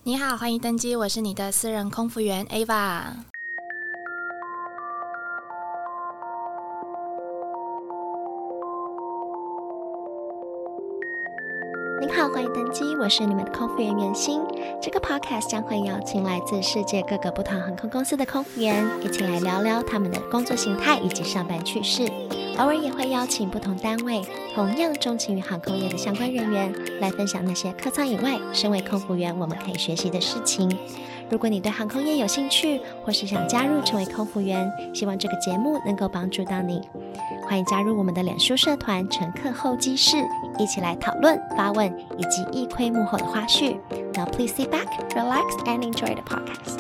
你好，欢迎登机，我是你的私人空服员 Ava。 您好，欢迎登机，我是你们的空服员袁心。这个 podcast 将会邀请来自世界各个不同航空公司的空服员，一起来聊聊他们的工作形态以及上班趣事。偶尔也会邀请不同单位同样钟情于航空业的相关人员，来分享那些客舱以外，身为空服员我们可以学习的事情。如果你对航空业有兴趣，或是想加入成为空服员，希望这个节目能够帮助到你。欢迎加入我们的脸书社团乘客候机室，一起来讨论、发问以及一窥幕后的花絮。Now please sit back, relax and enjoy the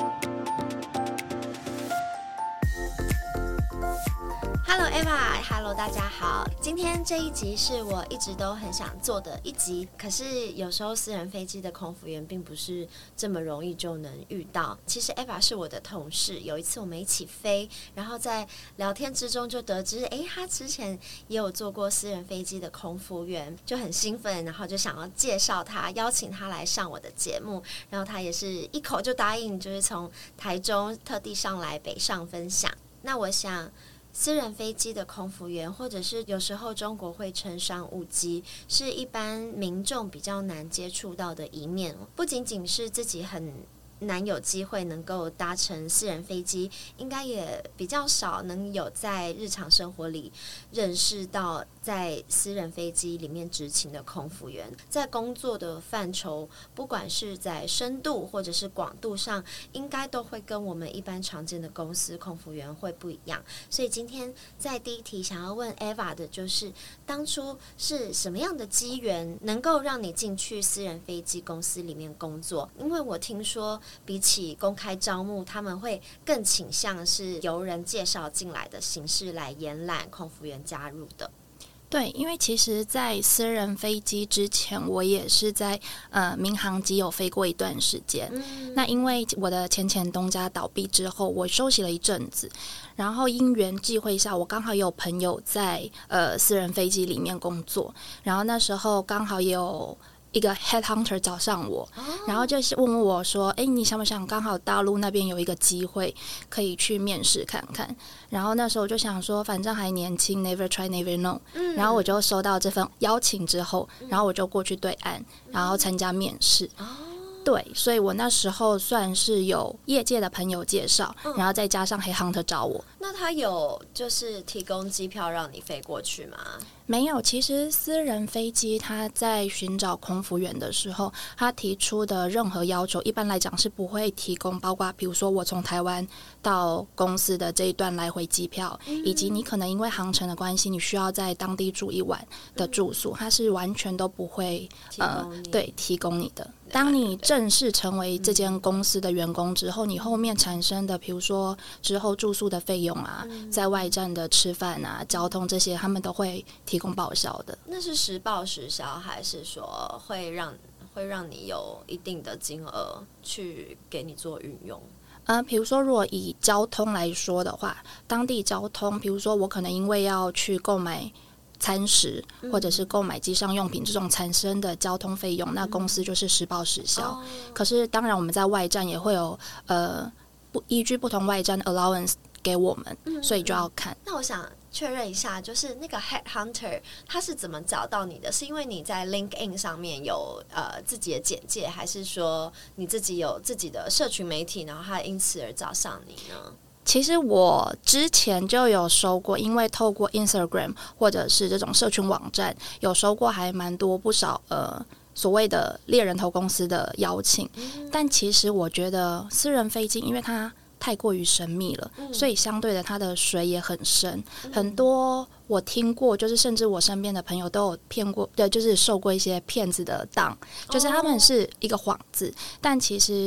podcast.Hello Eva，Hello 大家好。今天这一集是我一直都很想做的一集，可是有时候私人飞机的空服员并不是这么容易就能遇到。其实 Eva 是我的同事，有一次我们一起飞，然后在聊天之中就得知，他之前也有做过私人飞机的空服员，就很兴奋，然后就想要介绍他，邀请他来上我的节目，然后他也是一口就答应，就是从台中特地上来北上分享。那我想私人飞机的空服员，或者是有时候中国会称商务机，是一般民众比较难接触到的一面。不仅仅是自己很难有机会能够搭乘私人飞机，应该也比较少能有在日常生活里认识到在私人飞机里面执勤的空服员，在工作的范畴，不管是在深度或者是广度上，应该都会跟我们一般常见的公司空服员会不一样。所以今天在第一题想要问 Eva 的就是，当初是什么样的机缘能够让你进去私人飞机公司里面工作？因为我听说比起公开招募，他们会更倾向是由人介绍进来的形式来延揽空服员加入的。 对，因为其实在私人飞机之前，我也是在民航机有飞过一段时间。那因为我的前东家倒闭之后，我休息了一阵子，然后因缘际会下，我刚好有朋友在私人飞机里面工作，然后那时候刚好也有一个 headhunter 找上我，然后就是问我说你想不想刚好大陆那边有一个机会可以去面试看看。然后那时候我就想说反正还年轻 never try never know，然后我就收到这份邀请之后，然后我就过去对岸，然后参加面试。对，所以我那时候算是有业界的朋友介绍，然后再加上headhunter找我。 那他有就是提供机票让你飞过去吗？ 没有，其实私人飞机他在寻找空服员的时候，他提出的任何要求一般来讲是不会提供，包括比如说我从台湾到公司的这一段来回机票，以及你可能因为航程的关系你需要在当地住一晚的住宿，他是完全都不会提供你的。当你正式成为这间公司的员工之后，你后面产生的比如说之后住宿的费用啊，在外站的吃饭啊、交通这些，他们都会提供报销的。 那是实报实销，还是说会让你有一定的金额去给你做运用？ 比如说如果以交通来说的话，当地交通，比如说我可能因为要去购买餐食或者是购买机上用品这种产生的交通费用，那公司就是实报实销。可是当然我们在外站也会有依据不同外站的 allowance 给我们，所以就要看。 那我想确认一下，就是那个 headhunter 他是怎么找到你的？是因为你在 LinkedIn 上面有自己的简介，还是说你自己有自己的社群媒体，然后他因此而找上你呢？ 其实我之前就有收过，因为透过 Instagram 或者是这种社群网站有收过还蛮多不少所谓的猎人头公司的邀请，但其实我觉得私人飞机因为它太过于神秘了，所以相对的它的水也很深，很多我听过，就是甚至我身边的朋友都有骗过，对，就是受过一些骗子的当，就是他们是一个幌子，但其实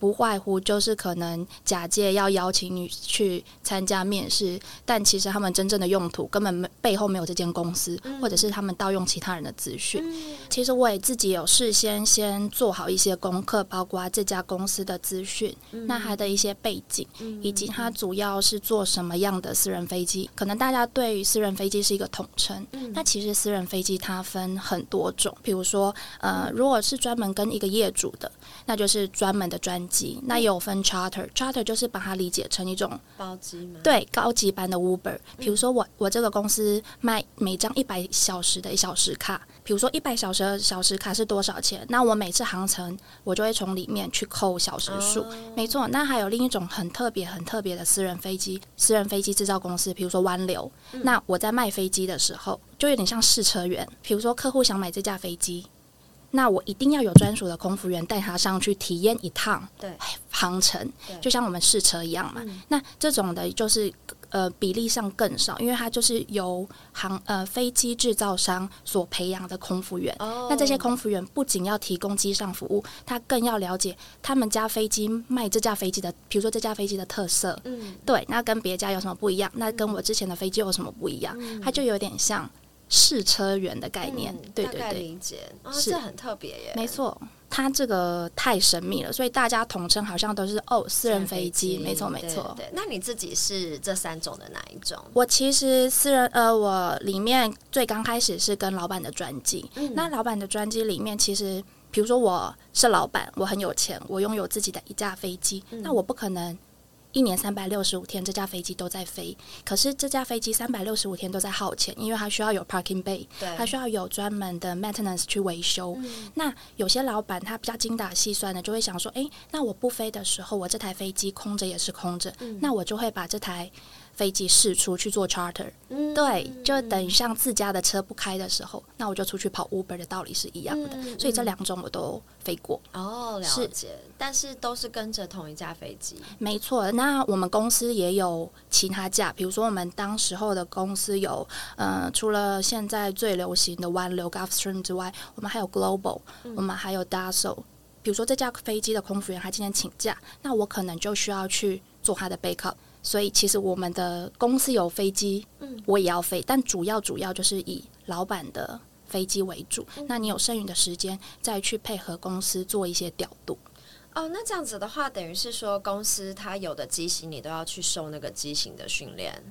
不外乎就是可能假借要邀请你去参加面试，但其实他们真正的用途根本背后没有这间公司，或者是他们盗用其他人的资讯。其实我也自己有事先做好一些功课，包括这家公司的资讯，那它的一些背景，以及它主要是做什么样的私人飞机。可能大家对于私人飞机是一个统称，那其实私人飞机它分很多种，比如说如果是专门跟一个业主的，那就是专门的专机，那也有分 charter 就是把它理解成一种包机吗？ 对，高级版的 Uber。比如说我这个公司卖每张100小时的1小时卡，比如说100小时的小时卡是多少钱，那我每次航程我就会从里面去扣小时数。没错，那还有另一种很特别的私人飞机制造公司，比如说湾流。那我在卖飞机的时候就有点像试车员，比如说客户想买这架飞机，那我一定要有专属的空服员带他上去体验一趟航程，就像我们试车一样嘛。那这种的就是比例上更少，因为它就是由飞机制造商所培养的空服员。那这些空服员不仅要提供机上服务，他更要了解他们家飞机卖这架飞机的，比如说这架飞机的特色，对，那跟别家有什么不一样？那跟我之前的飞机有什么不一样？它就有点像试车员的概念，对对对， 大概理解。这很特别耶。 没错，它这个太神秘了，所以大家统称好像都是私人飞机，没错没错。 对，那你自己是这3种的哪一种？ 我其实我里面最刚开始是跟老板的专机，那老板的专机里面其实，比如说我是老板，我很有钱，我拥有自己的一架飞机，那我不可能1年365天这架飞机都在飞，可是这架飞机365天都在耗钱，因为它需要有 parking bay， 它需要有专门的 maintenance 去维修。那有些老板他比较精打细算的，就会想说，那我不飞的时候，我这台飞机空着也是空着，那我就会把这台飞机释出去做 charter，对，就等于像自家的车不开的时候，那我就出去跑 Uber 的道理是一样的。所以这2种我都飞过。 了解。但是都是跟着同一架飞机。 没错，那我们公司也有其他架，比如说我们当时候的公司有除了现在最流行的湾流 Gulfstream 之外，我们还有 Global，我们还有 Dassault。比如说这架飞机的空服员他今天请假，那我可能就需要去做他的 backup。所以其实我们的公司有飞机，我也要飞，但主要就是以老板的飞机为主。那你有剩余的时间再去配合公司做一些调度。 那这样子的话，等于是说公司它有的机型你都要去受那个机型的训练。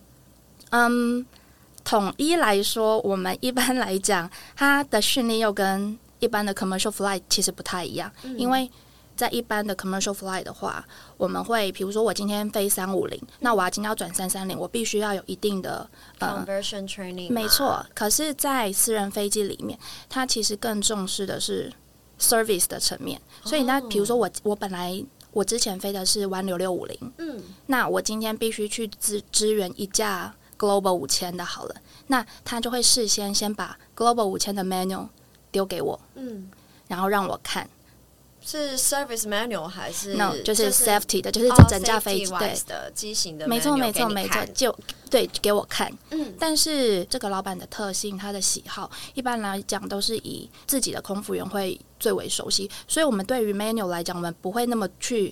统一来说，我们一般来讲，它的训练又跟一般的 commercial flight 其实不太一样，因为在一般的 commercial flight 的话，我们会比如说我今天飞350，那我今天要转330，我必须要有一定的 conversion training。 没错，可是，在私人飞机里面，它其实更重视的是 service 的层面。所以那比如说我本来我之前飞的是湾流650，那我今天必须去支援一架 Global 5000的好了，那他就会事先把 Global 5000的 manual 丢给我，然后让我看。 是 service manual 还是 no 就是 safety 的，就是整架飞机对的机型的 manual， 没错，就对给我看。但是这个老板的特性，他的喜好，一般来讲都是以自己的空服员会最为熟悉，所以我们对于 manual 来讲，我们不会那么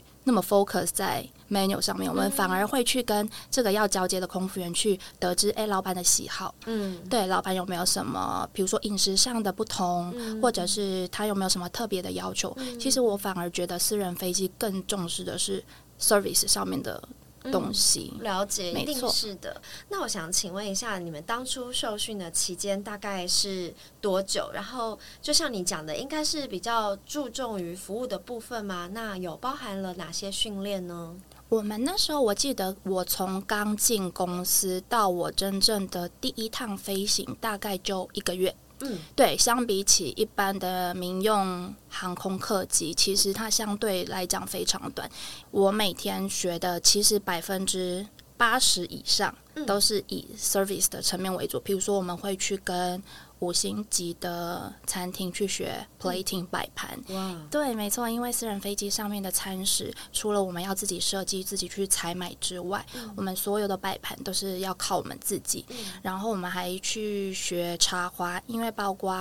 focus 在 manual 上面，我们反而会去跟这个要交接的空服员去得知，老板的喜好，对，老板有没有什么，比如说饮食上的不同，或者是他有没有什么特别的要求。其实我反而觉得私人飞机更重视的是 service 上面的东西。 了解，一定是的。那我想请问一下，你们当初受训的期间大概是多久？然后就像你讲的，应该是比较注重于服务的部分吗？那有包含了哪些训练呢？ 我们那时候我记得，我从刚进公司到我真正的第1趟飞行，大概就1个月。对，相比起一般的民用航空客机，其实它相对来讲非常短。我每天学的其实80%以上都是以 service 的层面为主。比如说，我们会去跟5星级的餐厅去学 plating 摆盘。对，没错，因为私人飞机上面的餐食，除了我们要自己设计、自己去采买之外，我们所有的摆盘都是要靠我们自己。然后我们还去学插花，因为包括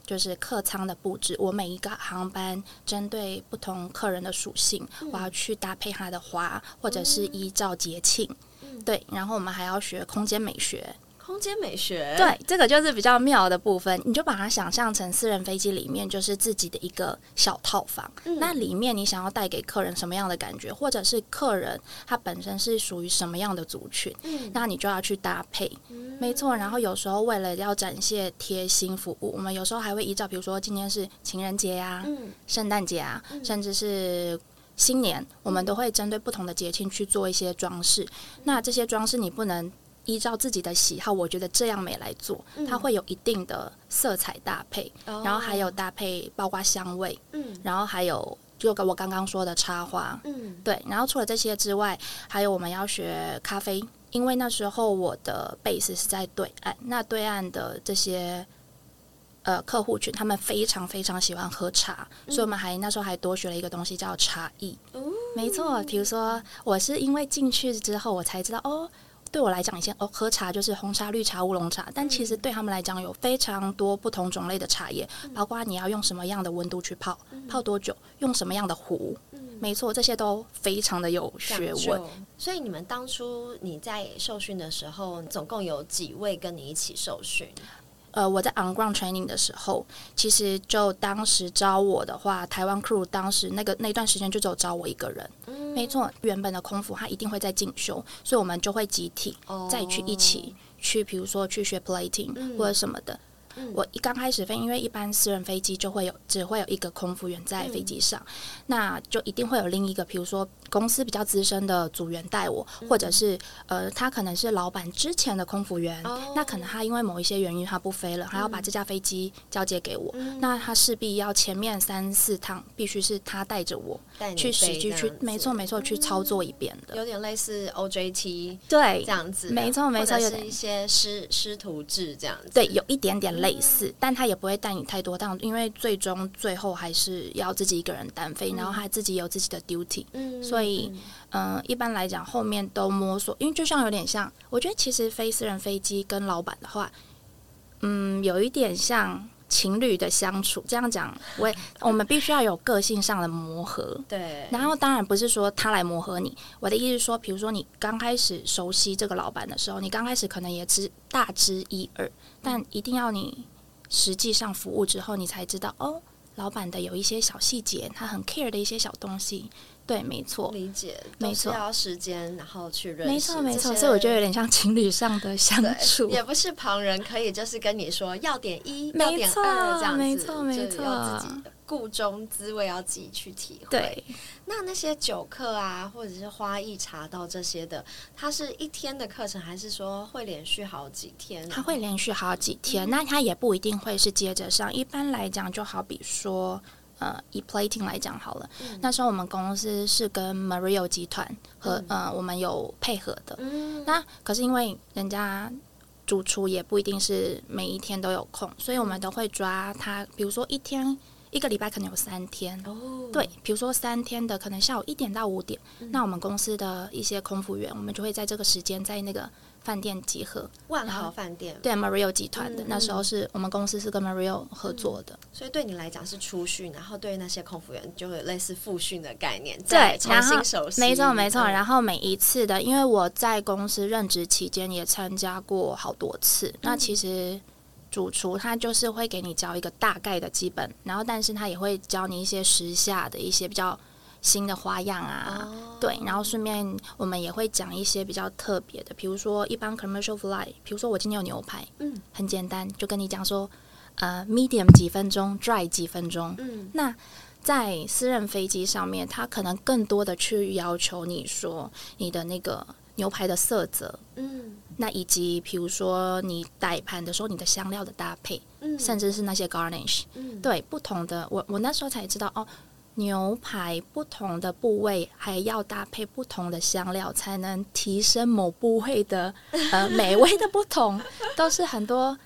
就是客舱的布置，我每一个航班针对不同客人的属性，我要去搭配它的花，或者是依照节庆，对，然后我们还要学空间美学。 空间美学， 对，这个就是比较妙的部分，你就把它想象成私人飞机里面就是自己的一个小套房，那里面你想要带给客人什么样的感觉，或者是客人他本身是属于什么样的族群，那你就要去搭配，没错。然后有时候为了要展现贴心服务，我们有时候还会依照，比如说今天是情人节啊、圣诞节啊，甚至是新年，我们都会针对不同的节庆去做一些装饰。那这些装饰你不能依照自己的喜好，我觉得这样美来做，它会有一定的色彩搭配，然后还有搭配包括香味，然后还有就我刚刚说的插花，对。然后除了这些之外，还有我们要学咖啡，因为那时候我的 base 是在对岸，那对岸的这些客户群，他们非常非常喜欢喝茶，所以我们那时候还多学了一个东西叫茶艺。没错，比如说我是因为进去之后我才知道对我来讲，以前喝茶就是红茶、绿茶、乌龙茶，但其实对他们来讲有非常多不同种类的茶叶，包括你要用什么样的温度去泡，泡多久，用什么样的壶，没错，这些都非常的有学问。 所以你们当初你在受训的时候，总共有几位跟你一起受训？ 我在 on ground training 的时候，其实就当时招我的话，台湾 crew 当时那段时间就只有招我一个人。没错，原本的空服他一定会在进修，所以我们就会集体再去一起去，比如说去学 plating 或者什么的。我刚开始飞，因为一般私人飞机就只会有一个空服员在飞机上，那就一定会有另一个，比如说公司比较资深的组员带我，或者是他可能是老板之前的空服员，那可能他因为某一些原因他不飞了，还要把这架飞机交接给我，那他势必要前面3-4趟必须是他带着我去实际去，没错没错，去操作一遍的， 有点类似 OJT 对这样子， 没错没错， 或者是一些师徒制这样子， 对，有一点点类似，但他也不会带你太多趟，因为最后还是要自己一个人单飞，然后他自己有自己的 duty，所以一般来讲后面都摸索，因为就像有点像，我觉得其实飞私人飞机跟老板的话，有一点像情侣的相处，这样讲，我们必须要有个性上的磨合。 对， 然后当然不是说他来磨合你，我的意思是说，比如说你刚开始熟悉这个老板的时候，你刚开始可能也大知一二，但一定要你实际上服务之后，你才知道老板的有一些小细节，他很 care 的一些小东西。对，没错， 理解， 没错， 都是要时间，然后去认识， 没错没错，所以我觉得有点像情侣上的相处， 也不是旁人可以就是跟你说要点1， 没要点2这样子， 没错没错， 要自己的故中滋味要自己去体会。 对， 那些酒课啊，或者是花艺茶道这些的，它是一天的课程，还是说会连续好几天？ 它会连续好几天，那它也不一定会是接着上。一般来讲，就好比说。以 plating 来讲好了，那时候我们公司是跟 Mario 集团和我们有配合的。那可是因为人家主厨也不一定是每一天都有空，所以我们都会抓他，比如说一个礼拜可能有3天，对，比如说3天的可能下午1点到5点，那我们公司的一些空服员，我们就会在这个时间在那个饭店集合， 万豪饭店， 对 Mario 集团的，那时候是我们公司是跟 Mario 合作的， 所以对你来讲是初训，然后对那些空服员就有类似复训的概念， 对， 重新熟悉， 没错没错。然后每一次的，因为我在公司任职期间也参加过好多次，那其实主厨他就是会给你教一个大概的基本，然后但是他也会教你一些时下的一些比较新的花样啊，对，然后顺便我们也会讲一些比较特别的，比如说一般 commercial flight， 比如说我今天有牛排，很简单，就跟你讲说medium 几分钟 dry 几分钟，那在私人飞机上面，它可能更多的去要求你说你的那个牛排的色泽，那以及比如说你摆盘的时候你的香料的搭配，甚至是那些 garnish，对，不同的，我那时候才知道牛排不同的部位还要搭配不同的香料，才能提升某部位的美味的不同，都是很多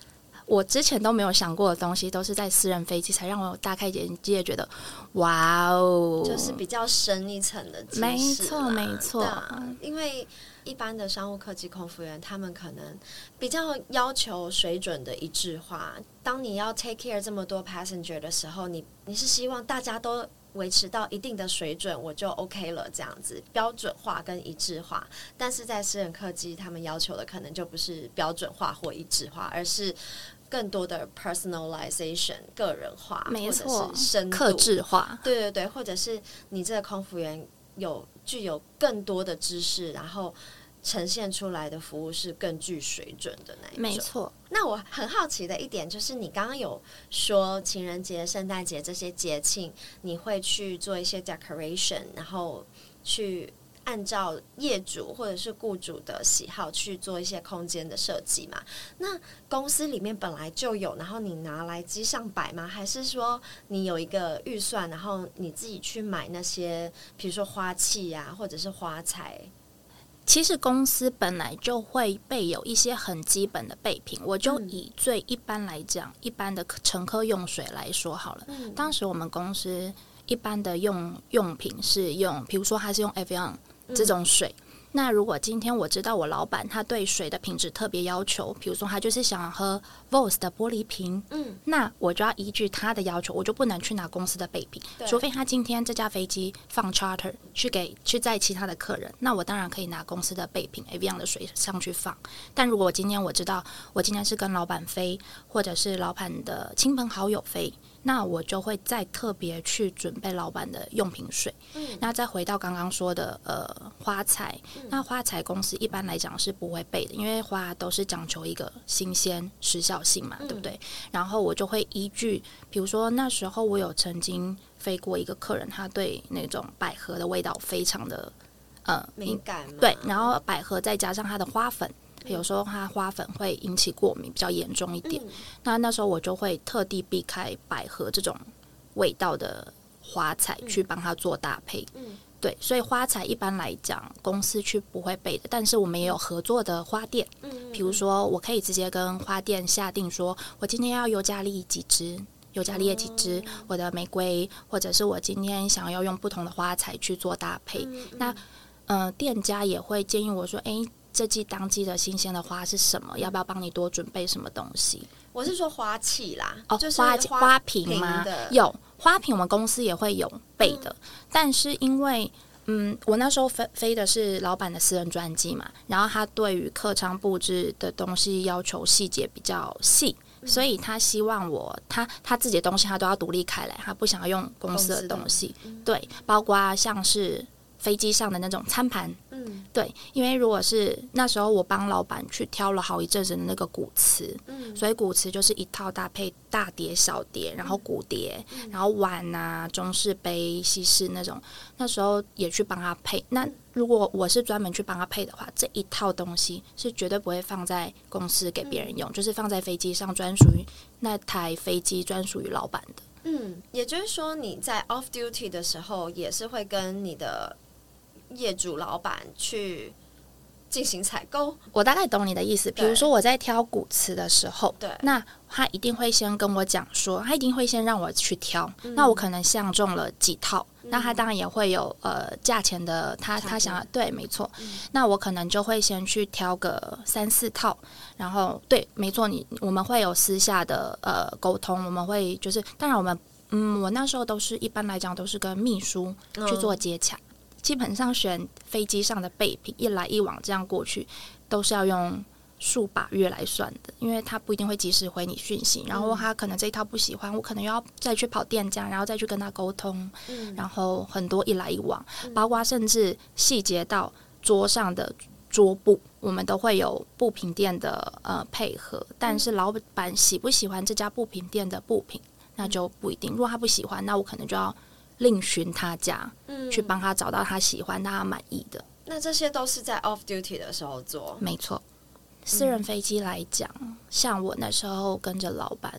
我之前都没有想过的东西，都是在私人飞机才让我大开眼界，觉得哇哦， 就是比较深一层的知识啦。 没错没错， 因为一般的商务客机空服员，他们可能比较要求水准的一致化。当你要 take care 这么多 passenger 的时候，你是希望大家都维持到一定的水准，我就 OK 了，这样子标准化跟一致化。但是在私人客机，他们要求的可能就不是标准化或一致化，而是更多的 personalization 个人化， 没错， 或者是深度客制化， 对对对，或者是你这个空服员具有更多的知识，然后呈现出来的服务是更具水准的那一种。 没错。 那我很好奇的一点就是，你刚刚有说情人节、圣诞节这些节庆，你会去做一些 decoration， 然后去按照业主或者是雇主的喜好去做一些空间的设计嘛？那公司里面本来就有，然后你拿来机上摆吗？还是说你有一个预算，然后你自己去买那些，比如说花器啊，或者是花材？ 其实公司本来就会备有一些很基本的备品，我就以最一般来讲，一般的乘客用水来说好了。当时我们公司一般的用品是用，比如说它是用 Evian 这种水。那如果今天我知道我老板他对水的品质特别要求，比如说他就是想喝 Voss 的玻璃瓶，那我就要依据他的要求，我就不能去拿公司的备品，除非他今天这架飞机放 charter 去载其他的客人，那我当然可以拿公司的备品 Evian 的水上去放。但如果今天我知道我今天是跟老板飞，或者是老板的亲朋好友飞，那我就会再特别去准备老板的用品水。那再回到刚刚说的花材，那花材公司一般来讲是不会备的，因为花都是讲求一个新鲜时效性嘛，对不对？然后我就会依据，比如说那时候我有曾经飞过一个客人，他对那种百合的味道非常的敏感嘛， 对，然后百合再加上它的花粉。有时候它花粉会引起过敏，比较严重一点。那时候我就会特地避开百合这种味道的花材，去帮它做搭配。对，所以花材一般来讲公司去不会备的，但是我们也有合作的花店。比如说我可以直接跟花店下定说，我今天要尤加利几支。尤加利叶几支，我的玫瑰，或者是我今天想要用不同的花材去做搭配。那店家也会建议我说，这季当季的新鲜的花是什么？要不要帮你多准备什么东西？ 我是说花器啦，就是花瓶吗？有花瓶，我们公司也会有备的，但是因为我那时候飞的是老板的私人专机嘛，然后他对于客舱布置的东西要求细节比较细，所以他希望他自己的东西他都要独立开来，他不想要用公司的东西。对，包括像是飞机上的那种餐盘，对，因为如果是那时候我帮老板去挑了好一阵子的那个骨瓷，所以骨瓷就是一套搭配大碟、小碟，然后骨碟，然后碗啊、中式杯、西式那种，那时候也去帮他配。那如果我是专门去帮他配的话，这一套东西是绝对不会放在公司给别人用，就是放在飞机上专属于那台飞机专属于老板的。 也就是说你在 off duty 的时候也是会跟你的业主老板去进行采购。 我大概懂你的意思，比如说我在挑骨瓷的时候， 对， 那他一定会先跟我讲说，他一定会先让我去挑，那我可能相中了几套，那他当然也会有价钱的，他想要，对，没错，那我可能就会先去挑个3-4套，然后对，没错，我们会有私下的沟通，我们会就是当然我们我那时候都是一般来讲都是跟秘书去做接洽。基本上选飞机上的备品一来一往这样过去都是要用数把月来算的，因为他不一定会及时回你讯息，然后他可能这一套不喜欢，我可能又要再去跑店家，然后再去跟他沟通，然后很多一来一往，包括甚至细节到桌上的桌布，我们都会有布品店的配合，但是老板喜不喜欢这家布品店的布品那就不一定，如果他不喜欢，那我可能就要另寻他家，去帮他找到他喜欢、他满意的。 那这些都是在 off duty 的时候做？ 没错。私人飞机来讲，像我那时候跟着老板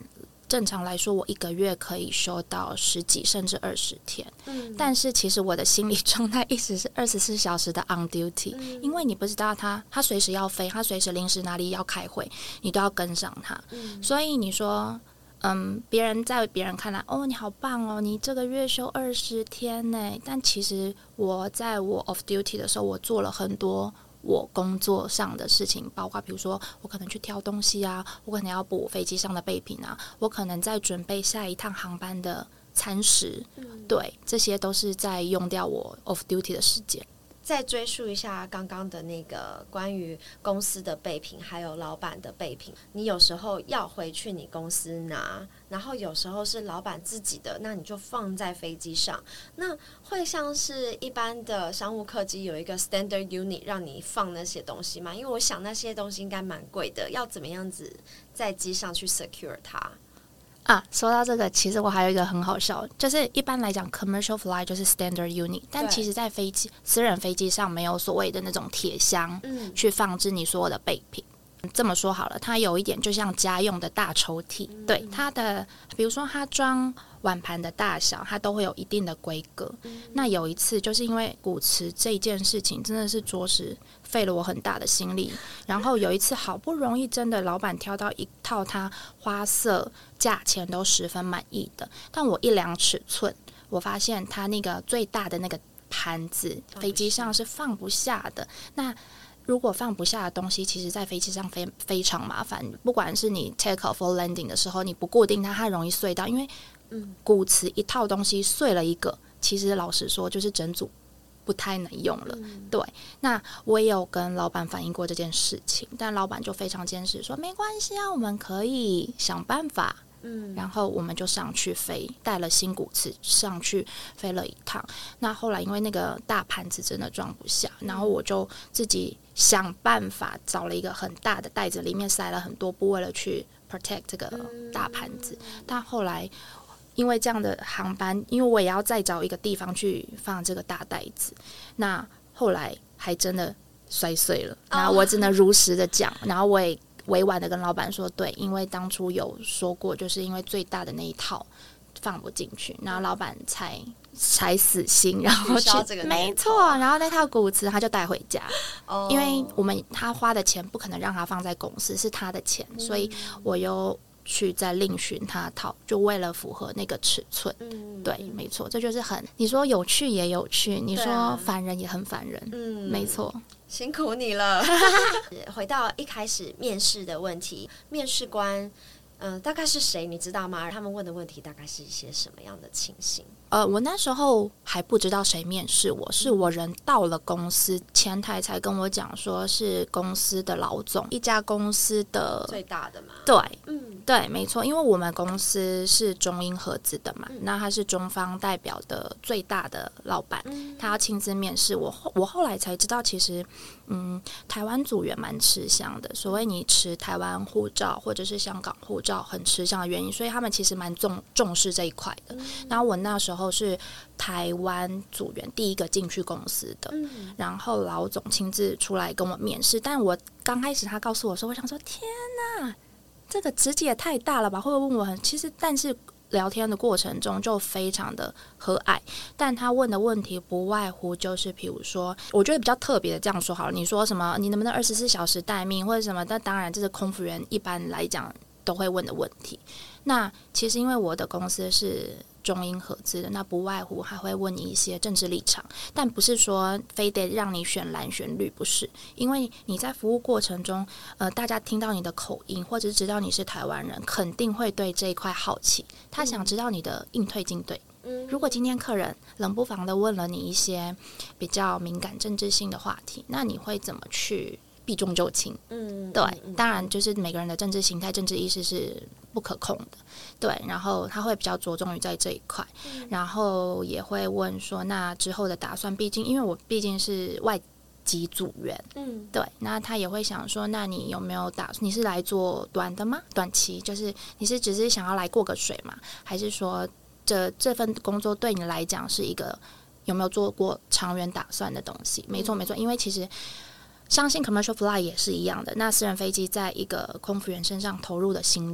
正常来说我一个月可以休到10几甚至20天，但是其实我的心理状态一直是24小时的 on duty，因为你不知道他随时要飞，他随时临时哪里要开会，你都要跟上他，所以你说别人看来你好棒哦，你这个月休20天呢，但其实我在我 off duty 的时候，我做了很多我工作上的事情，包括比如说我可能去挑东西啊，我可能要补飞机上的备品啊，我可能在准备下一趟航班的餐食，对，这些都是在用掉我 off duty 的时间。 再追溯一下刚刚的那个关于公司的备品还有老板的备品，你有时候要回去你公司拿，然后有时候是老板自己的，那你就放在飞机上，那会像是一般的商务客机有一个 standard unit 让你放那些东西吗？因为我想那些东西应该蛮贵的，要怎么样子在机上去 secure 它说到这个，其实我还有一个很好笑，就是一般来讲 commercial flight 就是 standard unit， 但其实在私人飞机上没有所谓的那种铁箱去放置你所有的备品。这么说好了，它有一点就像家用的大抽屉，对它的，比如说它装碗盘的大小，它都会有一定的规格。那有一次就是因为骨瓷这件事情真的是着实费了我很大的心力，然后有一次好不容易真的老板挑到一套它花色价钱都十分满意的，但我一量尺寸，我发现它那个最大的那个盘子飞机上是放不下的。那如果放不下的东西，其实在飞机上非常麻烦，不管是你 take off or landing 的时候，你不固定它容易碎到，因为骨瓷一套东西碎了一个，其实老实说就是整组不太能用了。对，那我也有跟老板反映过这件事情，但老板就非常坚持说没关系啊，我们可以想办法。然后我们就上去飞，带了新骨瓷上去飞了一趟。那后来因为那个大盘子真的装不下，然后我就自己想办法找了一个很大的袋子，里面塞了很多布，为了去 protect 这个大盘子。但后来因为这样的航班，因为我也要再找一个地方去放这个大袋子，那后来还真的摔碎了。然后我只能如实的讲，然后我也委婉的跟老板说，对，因为当初有说过，就是因为最大的那一套放不进去，然后老板才死心，然后去没错，然后那套骨瓷他就带回家，因为他花的钱不可能让他放在公司，是他的钱，所以我又去再另寻他套，就为了符合那个尺寸。对，没错，这就是你说有趣也有趣，你说烦人也很烦人。没错。 辛苦你了。回到一开始面试的问题，面试官大概是谁你知道吗？他们问的问题大概是一些什么样的情形？ 我那时候还不知道谁面试我，是我人到了公司，前台才跟我讲说是公司的老总，一家公司的最大的嘛。 对，对，没错，因为我们公司是中英合资的嘛，那他是中方代表的最大的老板，他要亲自面试我。我后来才知道，其实台湾组员蛮吃香的，所谓你持台湾护照或者是香港护照很吃香的原因，所以他们其实蛮重视这一块的。然后我那时候是台湾组员第一个进去公司的，然后老总亲自出来跟我面试，但我刚开始他告诉我说，我想说天哪，这个职级也太大了吧，会不会问我其实但是聊天的过程中就非常的和蔼，但他问的问题不外乎就是比如说，我觉得比较特别的这样说好了，你说什么你能不能24小时待命或者什么，但当然这是空服员一般来讲都会问的问题。那其实因为我的公司是中英合资的，那不外乎还会问你一些政治立场，但不是说非得让你选蓝选绿，不是，因为你在服务过程中大家听到你的口音或者是知道你是台湾人，肯定会对这一块好奇，他想知道你的应退进退。如果今天客人冷不防的问了你一些比较敏感政治性的话题，那你会怎么去避重就轻？对，当然就是每个人的政治形态、政治意识是不可控的，对，然后他会比较着重于在这一块，然后也会问说，那之后的打算，因为我毕竟是外籍组员，对，那他也会想说，那你有没有你是来做短的吗？短期就是你是只是想要来过个水吗？还是说这份工作对你来讲是一个有没有做过长远打算的东西？没错没错，因为其实相信 commercial flight 也是一样的，那私人飞机在一个空服员身上投入的心力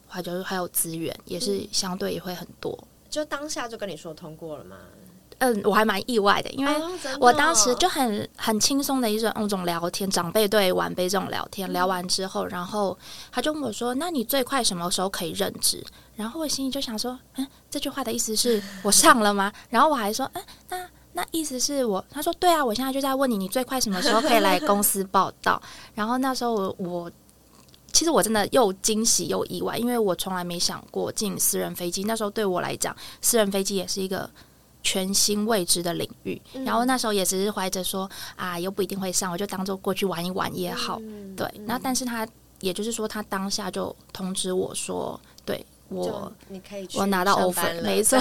还有资源，也是相对也会很多。 就当下就跟你说通过了吗？ 我还蛮意外的，因为我当时就很轻松的一种聊天，长辈对晚辈这种聊天，聊完之后，然后他就问我说：“那你最快什么时候可以任职？”然后我心里就想说：“这句话的意思是我上了吗？”然后我还说：“那意思是我？”他说：“对啊，我现在就在问你，你最快什么时候可以来公司报到？”然后那时候其实我真的又惊喜又意外，因为我从来没想过进私人飞机。那时候对我来讲，私人飞机也是一个全新未知的领域，然后那时候也只是怀着说又不一定会上，我就当做过去玩一玩也好。对，然后但是他也就是说，他当下就通知我说，对你可以去我拿到 offer， 没错。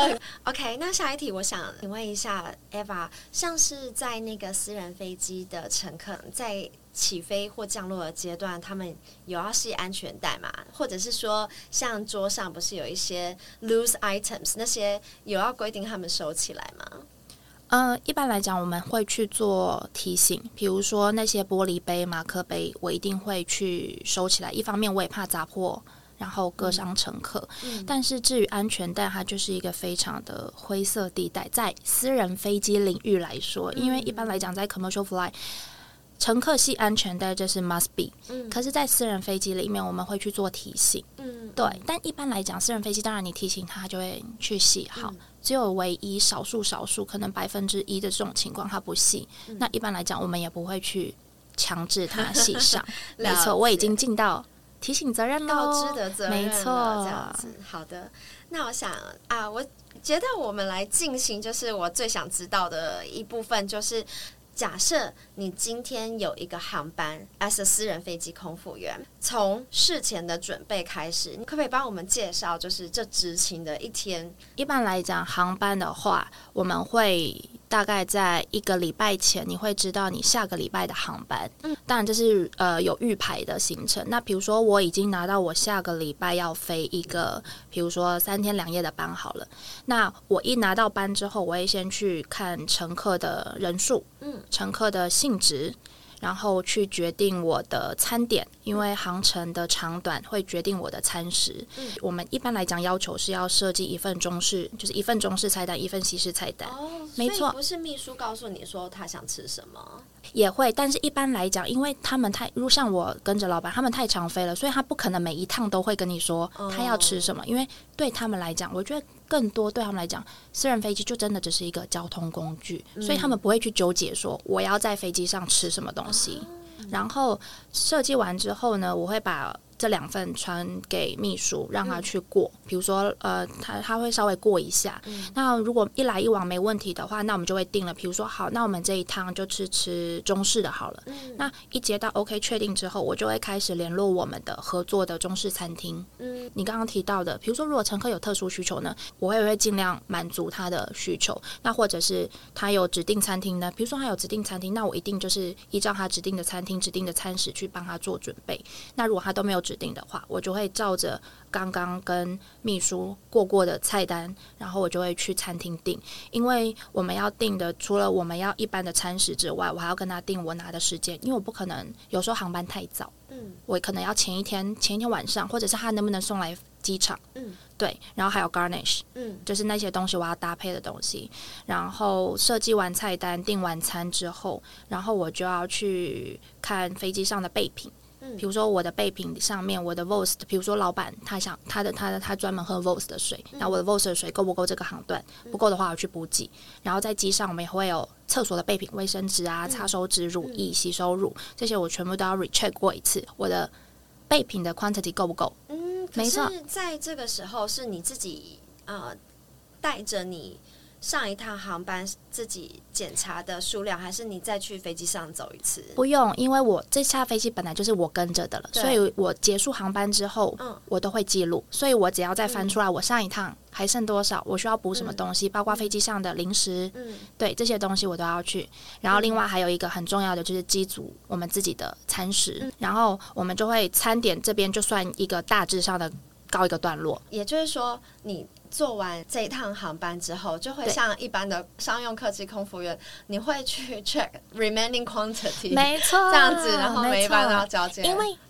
OK， 那下一题我想请问一下 Eva， 像是在那个私人飞机的乘客在起飞或降落的阶段，他们有要系安全带吗？或者是说，像桌上不是有一些 loose items， 那些有要规定他们收起来吗？ 一般来讲，我们会去做提醒，比如说那些玻璃杯、马克杯，我一定会去收起来。一方面，我也怕砸破，然后割伤乘客。但是至于安全带，它就是一个非常的灰色地带，在私人飞机领域来说，因为一般来讲，在 commercial flight，乘客系安全带这是 must be，可是在私人飞机里面我们会去做提醒，对，但一般来讲私人飞机当然你提醒他就会去系好，只有唯一少数可能1%的这种情况他不系，那一般来讲我们也不会去强制他系上。没错，我已经尽到提醒责任了， 告知的责任了， 没错， 这样子。好的，那我想我觉得我们来进行就是我最想知道的一部分，就是假设你今天有一个航班 as a 私人飞机空服员，从事前的准备开始，你可不可以帮我们介绍就是这执勤的一天？ 一般来讲航班的话，我们会大概在1个礼拜前你会知道你下个礼拜的航班，当然这是有预排的行程。那比如说我已经拿到我下个礼拜要飞一个比如说3天2夜的班好了，那我一拿到班之后，我会先去看乘客的人数，乘客的性质，然后去决定我的餐点，因为航程的长短会决定我的餐食。我们一般来讲要求是要设计一份中式，就是一份中式菜单，一份西式菜单。没错， 不是秘书告诉你说他想吃什么， 也会，但是一般来讲，因为他们如像我跟着老板，他们太常飞了，所以他不可能每一趟都会跟你说他要吃什么，因为对他们来讲，我觉得更多对他们来讲，私人飞机就真的只是一个交通工具，所以他们不会去纠结说我要在飞机上吃什么东西。然后设计完之后呢，我会把这2份传给秘书，让他去过。比如说，他会稍微过一下。那如果一来一往没问题的话，那我们就会定了。比如说，好，那我们这一趟就吃中式的好了。那一接到 OK 确定之后，我就会开始联络我们的合作的中式餐厅。你刚刚提到的，比如说，如果乘客有特殊需求呢，我会尽量满足他的需求。那或者是他有指定餐厅呢，比如说他有指定餐厅，那我一定就是依照他指定的餐厅、指定的餐食去帮他做准备。那如果他都没有指定的话，我就会照着刚刚跟秘书过的菜单，然后我就会去餐厅订。因为我们要订的除了我们要一般的餐食之外，我还要跟他订我拿的时间，因为我不可能有时候航班太早，我可能要前一天晚上，或者是他能不能送来机场，对，然后还有 garnish，就是那些东西我要搭配的东西。然后设计完菜单、订完餐之后，然后我就要去看飞机上的备品。比如说我的备品上面，我的 VOS， 比如说老板他专门喝 VOS 的水，那我的 VOS 的水够不够这个航段？不够的话，我去补给。然后在机上我们也会有厕所的备品，卫生纸啊、擦手纸、乳液、洗手乳，这些我全部都要 recheck 过一次，我的备品的 quantity 够不够？ 没错。可是在这个时候是你自己带着你上一趟航班自己检查的数量，还是你再去飞机上走一次？ 不用，因为我这架飞机本来就是我跟着的了，所以我结束航班之后，我都会记录，所以我只要再翻出来我上一趟还剩多少，我需要补什么东西，包括飞机上的零食，对，这些东西我都要去。然后另外还有一个很重要的就是机组我们自己的餐食，然后我们就会餐点这边就算一个大致上的告一个段落。 也就是说你做完这一趟航班之后，就会像一般的商用客机空服员，你会去 check remaining quantity， 没错， 这样子，然后每一班都要交接。 因为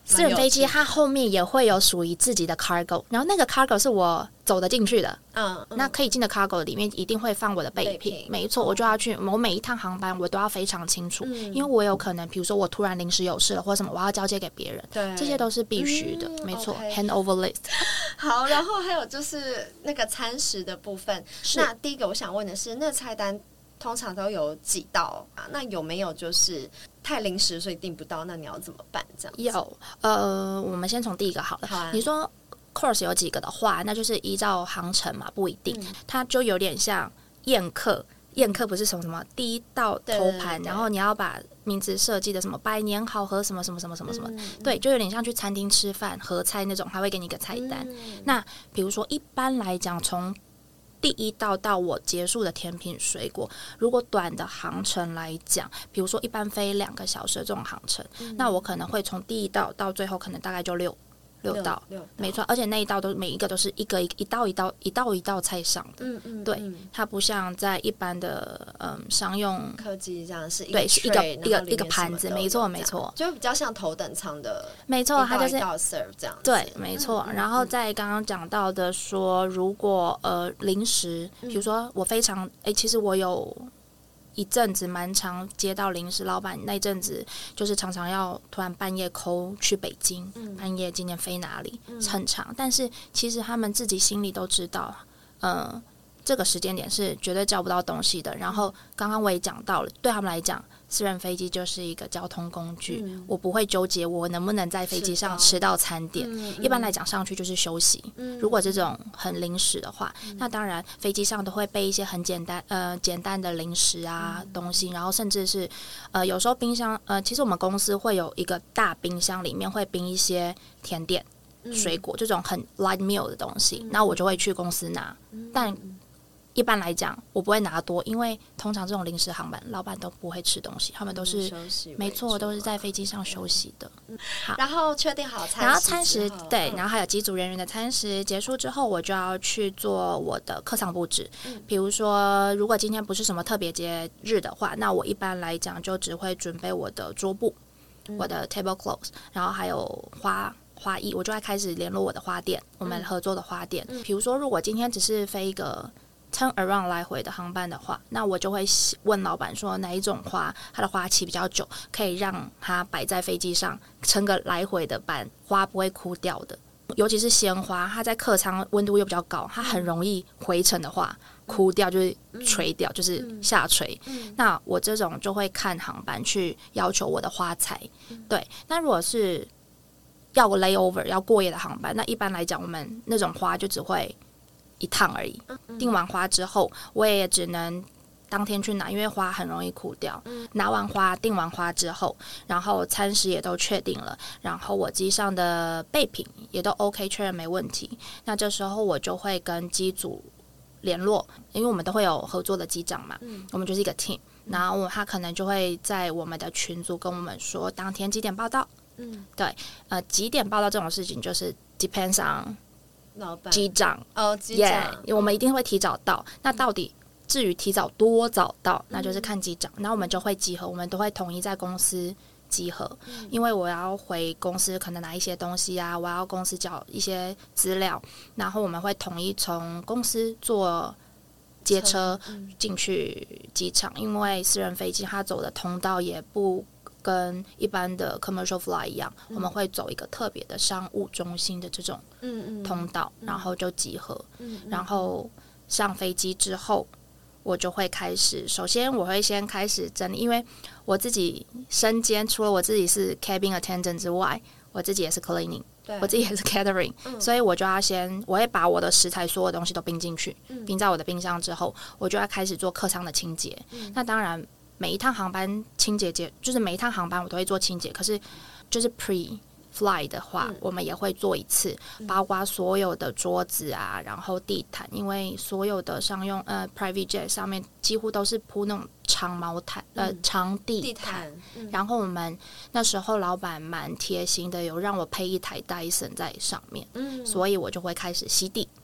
私人飞机它后面也会有属于自己的 cargo， 然后那个 cargo 是我走得进去的，那可以进的 cargo 里面一定会放我的备品，没错，我就要去，我每一趟航班我都要非常清楚，因为我有可能比如说我突然临时有事了或什么，我要交接给别人，对，这些都是必须的，没错 handover list。 好，然后还有就是那个餐食的部分，那第一个我想问的是，那菜单通常都有几道啊？那有没有就是太临时所以订不到，那你要怎么办？这样子有我们先从第一个好了，你说 course 有几个的话，那就是依照航程嘛，不一定，它就有点像宴客。宴客不是什么第一道头盘，然后你要把名字设计的什么百年好合什么什么什么什么什么，对，就有点像去餐厅吃饭合菜那种，还会给你一个菜单。那比如说一般来讲，从第一道到我结束的甜品水果，如果短的航程来讲，比如说一般飞2个小时的这种航程，那我可能会从第一道到最后可能大概就六道，没错，而且那一道都每一个都是一道菜上的，对，它不像在一般的商用客机这样是对是一个盘子，没错没错， 就比较像头等舱的， 没错，它就是一道 serve 这样子， 对，没错。然后在刚刚讲到的说，如果临时，比如说我非常其实我有一阵子蛮常接到临时老板，那阵子就是常常要突然半夜call去北京，半夜今天飞哪里，很长。但是其实他们自己心里都知道，这个时间点是绝对叫不到东西的。然后刚刚我也讲到了，对他们来讲，私人飞机就是一个交通工具，我不会纠结我能不能在飞机上吃到餐点。一般来讲上去就是休息，如果这种很临时的话，那当然飞机上都会备一些很简单的零食啊东西，然后甚至是有时候冰箱其实我们公司会有一个大冰箱，里面会冰一些甜点、水果这种很 light meal 的东西，那我就会去公司拿，但一般来讲我不会拿多，因为通常这种临时航班老板都不会吃东西，他们都是没错，都是在飞机上休息的。 好，然后确定好餐食， 然后餐食对，然后还有机组人员的餐食结束之后，我就要去做我的课堂布置。比如说如果今天不是什么特别节日的话，那我一般来讲就只会准备我的桌布，我的 tablecloth， 然后还有花艺，我就会开始联络我的花店，我们合作的花店。比如说如果今天只是飞一个turn around 来回的航班的话，那我就会问老板说哪一种花它的花期比较久，可以让它摆在飞机上撑个来回的班，花不会枯掉的。尤其是鲜花，它在客舱温度又比较高，它很容易回程的话枯掉，就是垂掉，就是下垂。那我这种就会看航班去要求我的花材。对，那如果是要个 layover 要过夜的航班，那一般来讲我们那种花就只会一趟而已。订完花之后，我也只能当天去拿，因为花很容易枯掉。拿完花，订完花之后，然后餐食也都确定了，然后我机上的备品也都 OK， 确认没问题。那这时候我就会跟机组联络，因为我们都会有合作的机长嘛，我们就是一个 team， 然后他可能就会在我们的群组跟我们说当天几点报到。对，几点报到这种事情就是 depends on机长机长， 我们一定会提早到。那到底至于提早多早到，那就是看机长。然后我们就会集合，我们都会统一在公司集合，因为我要回公司可能拿一些东西啊，我要公司缴一些资料，然后我们会统一从公司坐接车进去机场。因为私人飞机它走的通道也不跟一般的 commercial fly 一样，我们会走一个特别的商务中心的这种通道，然后就集合。然后上飞机之后，我就会开始，首先我会先开始整理，因为我自己身兼除了我自己是 cabin attendant 之外，我自己也是 cleaning， 我自己也是 catering，所以我就要我会把我的食材所有东西都冰进去，冰在我的冰箱之后，我就要开始做客舱的清洁。那当然每一趟航班清洁就是每一趟航班我都会做清洁，可是就是 pre-fly 的话，我们也会做一次，包括所有的桌子啊，然后地毯，因为所有的商用private jet 上面几乎都是铺那种长毛毯长地毯。然后我们那时候老板蛮贴心的，有让我配一台 Dyson 在上面，所以我就会开始吸地。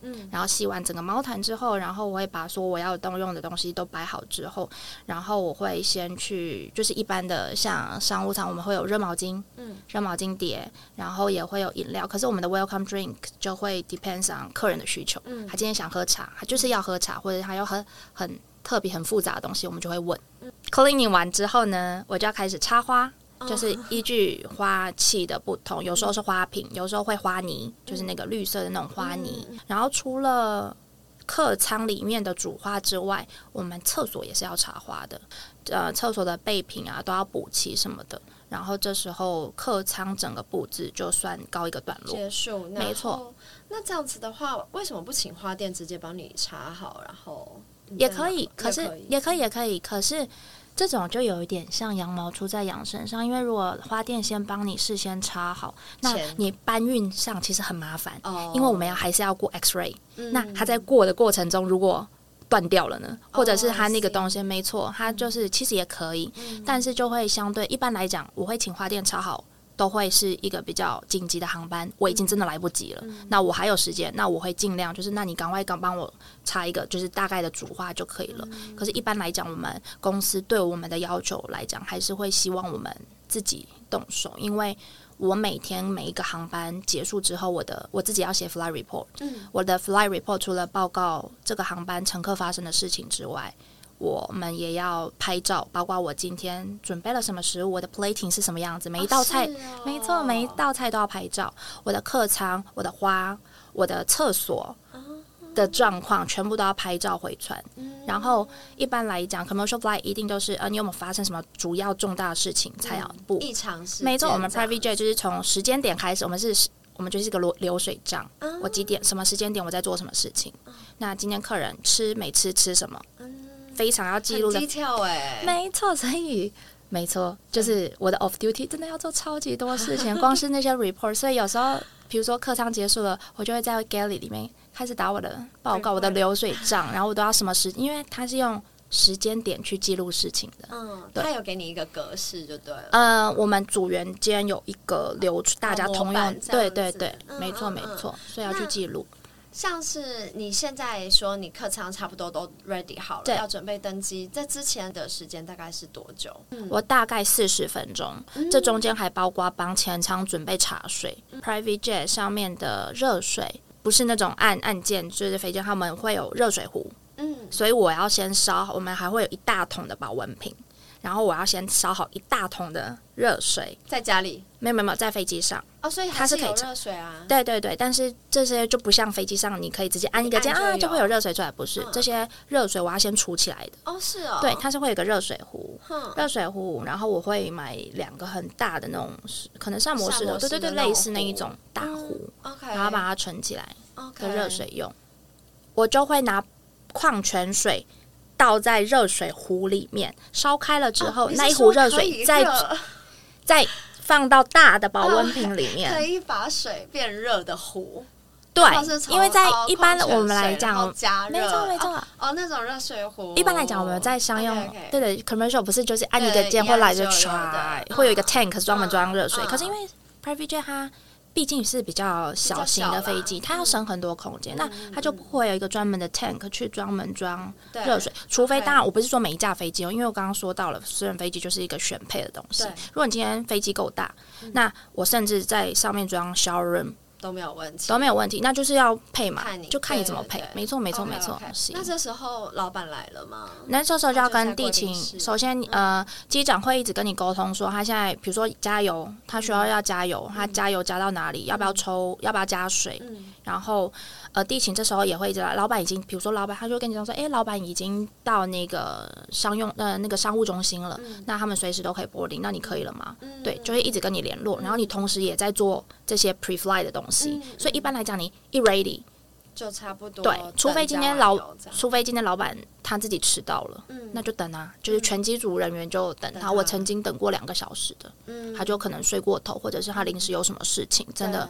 然后洗完整个毛毯之后，然后我会把我要动用的东西都摆好之后，然后我会先去就是一般的像商务舱我们会有热毛巾，热毛巾碟，然后也会有饮料，可是我们的 welcome drink 就会 depends on 客人的需求，他今天想喝茶，他就是要喝茶，或者他要喝很特别很复杂的东西，我们就会问。cleaning 完之后呢，我就要开始插花，就是依据花器的不同，有时候是花瓶，有时候会花泥，就是那个绿色的那种花泥。然后除了客舱里面的主花之外，我们厕所也是要插花的，厕所的备品啊都要补齐什么的。然后这时候客舱整个布置就算告一个段落结束， 没错。 那这样子的话，为什么不请花店直接帮你插好，然后也可以？可是也可以，可是这种就有一点像羊毛出在羊身上，因为如果花店先帮你事先插好，那你搬运上其实很麻烦，因为我们还是要过 X-ray，那它在过的过程中如果断掉了呢，或者是它那个东西没错，它就是其实也可以，但是就会相对一般来讲，我会请花店插好。都会是一个比较紧急的航班，我已经真的来不及了，那我还有时间，那我会尽量就是那你赶快帮我插一个就是大概的主花就可以了。可是一般来讲，我们公司对我们的要求来讲，还是会希望我们自己动手，因为我每天每一个航班结束之后，我自己要写 flight report，我的 flight report 除了报告这个航班乘客发生的事情之外，我们也要拍照，包括我今天准备了什么食物，我的 plating 是什么样子，每一道菜，没错，每一道菜都要拍照。我的客舱、我的花、我的厕所的状况，全部都要拍照回传。然后一般来讲 ，commercial flight 一定都是你有没有发生什么主要重大的事情才要不异常事件。 没错，我们 private jet 就是从时间点开始，我们就是一个流水账，我几点什么时间点我在做什么事情。那今天客人没吃什么？非常要记录的，没错，所以没错，就是我的 off duty 真的要做超级多事情，光是那些 report， 所以有时候比如说客舱结束了，我就会在 galley 里面开始打我的报告，我的流水账，然后我都要什么时，因为它是用时间点去记录事情的。 他有给你一个格式就对了。 我们组员间有一个大家通用，对，没错，所以要去记录。 像是你现在说你客舱差不多都 ready 好了，要准备登机，在之前的时间大概是多久？ 我大概40分钟，这中间还包括帮前舱准备茶水。Private jet 上面的热水不是那种按键，就是飞机他们会有热水壶，所以我要先烧，我们还会有一大桶的保温瓶。然后我要先烧好一大桶的热水， 在家里没有在飞机上所以它是可以有热水啊。 对，但是这些就不像飞机上，你可以直接按一个键就会有热水出来，不是？这些热水我要先储起来的。 是哦。对， 它是会有一个热水壶，然后我会买2个很大的那种，可能膳魔式的，对，类似那一种大壶，然后把它存起来的热水用。我就会拿矿泉水倒在热水壶里面，烧开了之后，那一壶热水再放到大的保温瓶里面， 可以把水变热的壶。 对，因为在一般我们来讲， 没错， 那种热水壶。 一般来讲，我们在商用对 commercial 不是就是按一个键或来就唰，会有一个 tank 专门装热水，可是因为 private jet 它毕竟是比较小型的飞机，它要省很多空间，那它就不会有一个专门的 tank 去专门装热水，除非当然我不是说每一架飞机因为我刚刚说到了私人飞机就是一个选配的东西，如果你今天飞机够大，那我甚至在上面装 shower room 都没有问题， 那就是要配嘛，就看你怎么配。没错。 那这时候老板来了吗？ 那这时候就要跟地勤，首先机长会一直跟你沟通说，他现在比如说加油，他需要加油，他加油加到哪里，要不要加水，然后地勤这时候也会一直来，老板已经，比如说老板他就跟你说，老板已经到那个那个商务中心了，那他们随时都可以boarding，那你可以了吗？对，就会一直跟你联络，然后你同时也在做这些 pre-flight 的东西。所以一般来讲，你一 ready 就差不多。 对，除非今天老板他自己迟到了，那就等啊，就是全机组人员就等他。我曾经等过2个小时的，他就可能睡过头，或者是他临时有什么事情，真的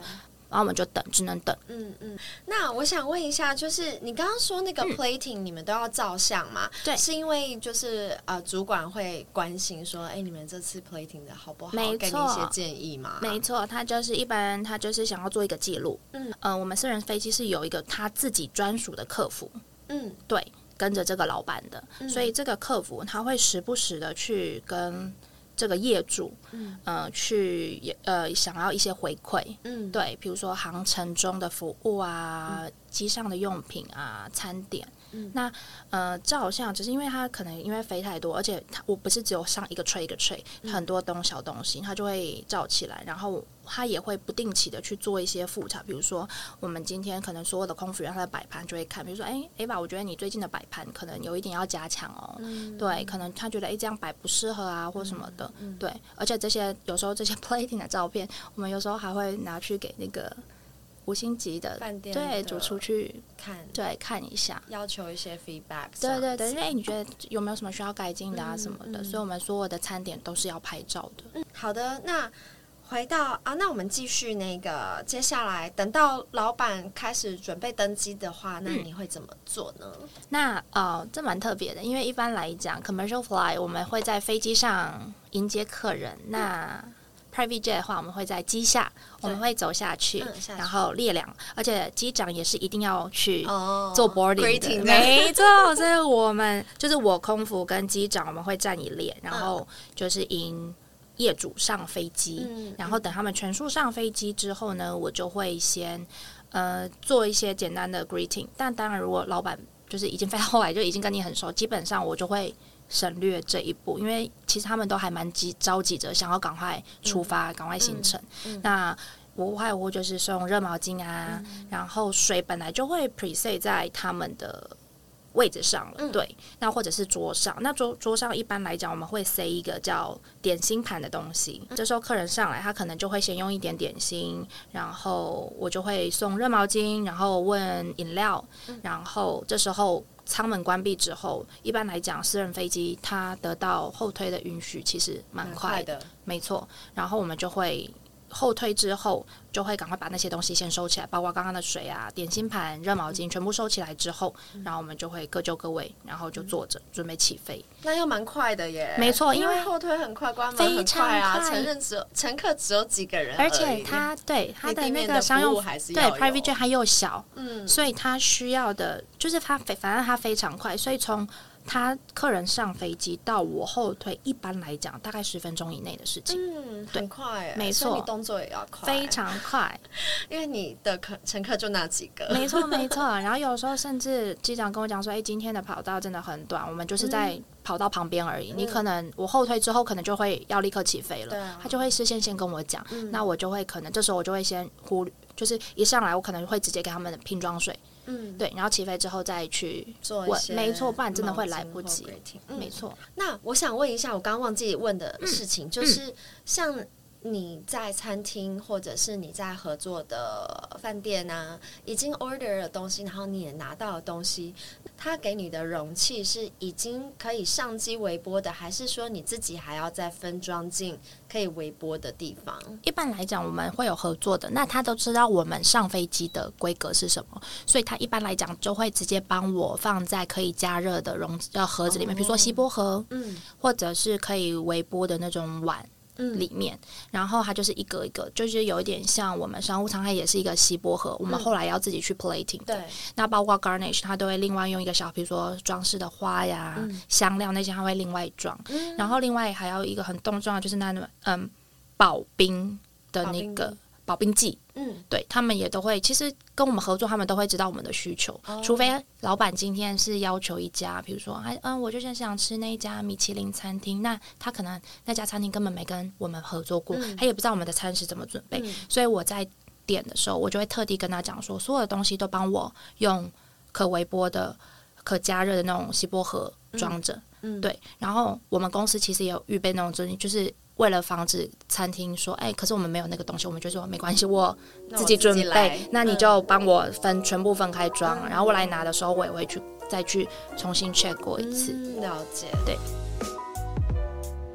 然后我们就等，只能等。 那我想问一下，就是你刚刚说那个 plating 你们都要照相吗？ 对， 是因为就是主管会关心说，你们这次 plating 的好不好？ 没错， 给你一些建议吗？ 没错，他就是一般人，他就是想要做一个记录。我们私人飞机是有一个他自己专属的客服。对，跟着这个老板的，所以这个客服他会时不时的去跟这个业主，去想要一些回馈，对，比如说航程中的服务啊，机上的用品啊，餐点。那照相只是因为他可能因为飞太多，而且我不是只有上一个 tray 一个 tray，很多小东西，他就会照起来，然后他也会不定期的去做一些复查，比如说我们今天可能所有的空服员他的摆盘就会看，比如说Eva，我觉得你最近的摆盘可能有一点要加强哦，对，可能他觉得这样摆不适合啊或什么的，对，而且这些有时候这些 plating 的照片，我们有时候还会拿去给那个5星级的饭店对主厨去看一下， 要求一些 feedback。 对，因为你觉得有没有什么需要改进的啊什么的，所以我们所有的餐点都是要拍照的。 好的，那回到那我们继续那个接下来，等到老板开始准备登机的话，那你会怎么做呢？ 那这蛮特别的，因为一般来讲 commercial fly 我们会在飞机上迎接客人，那private jet 的话，我们会在机下，我们会走下去，然后列两，而且机长也是一定要去做 boarding 的，没错。所以我们就是我空服跟机长，我们会站一列，然后就是迎业主上飞机，然后等他们全数上飞机之后呢，我就会先做一些简单的 greeting。但当然，如果老板就是已经飞到后来就已经跟你很熟，基本上我就会省略这一步，因为其实他们都还蛮着急着想要赶快出发，赶快行程。那我无外乎就是送热毛巾啊，然后水本来就会 preset 在他们的位置上了，对，那或者是桌上，那桌上一般来讲我们会塞一个叫点心盘的东西，这时候客人上来他可能就会先用一点点心，然后我就会送热毛巾，然后问饮料，然后这时候舱门关闭之后，一般来讲私人飞机它得到后推的允许其实蛮快的，没错，然后我们就会后退之后就会赶快把那些东西先收起来，包括刚刚的水啊、点心盘、热毛巾全部收起来之后，然后我们就会各就各位，然后就坐着准备起飞。 那又蛮快的耶， 没错，因为后推很快，关门很快啊，乘客只有几个人而且他的那个商用对 private jet 它又小，所以他需要的就是反正它非常快，所以从他客人上飞机到我后退，一般来讲大概10分钟以内的事情。 很快耶， 没错， 所以你动作也要快， 非常快， 因为你的乘客就那几个。 没错。然后有时候甚至机长跟我讲说：“今天的跑道真的很短，我们就是在跑道旁边而已。你可能我后退之后，可能就会要立刻起飞了。他就会事先先跟我讲，那我就会可能这时候我就会先就是一上来我可能会直接给他们瓶装水。”对，然后起飞之后再去做一些， 没错，不然真的会来不及。没错。 那我想问一下，我刚刚忘记问的事情，就是像你在餐厅或者是你在合作的饭店啊，已经 order 的东西，然后你也拿到的东西，他给你的容器是已经可以上机微波的，还是说你自己还要再分装进可以微波的地方？ 一般来讲我们会有合作的，那他都知道我们上飞机的规格是什么，所以他一般来讲就会直接帮我放在可以加热的盒子里面，比如说锡箔盒，或者是可以微波的那种碗里面，然后它就是一个一个，就是有一点像我们商务舱，它也是一个锡箔盒，我们后来要自己去 plating 的。对，那包括 garnish 它都会另外用一个小，比如说装饰的花呀、香料那些，它会另外装。然后另外还有一个很重要的就是那保冰的那个保冰剂，对，他们也都会，其实跟我们合作，他们都会知道我们的需求，除非老板今天是要求一家，比如说，我就想吃那一家米其林餐厅，那他可能那家餐厅根本没跟我们合作过，他也不知道我们的餐食怎么准备，所以我在点的时候，我就会特地跟他讲说，所有的东西都帮我用可微波的、可加热的那种锡箔盒装着，对，然后我们公司其实也有预备那种东西，就是为了防止餐厅说，可是我们没有那个东西，我们就说没关系，我自己准备，那你就帮我全部分开装，然后我来拿的时候，我也会再去重新 check 过一次。 了解， 对。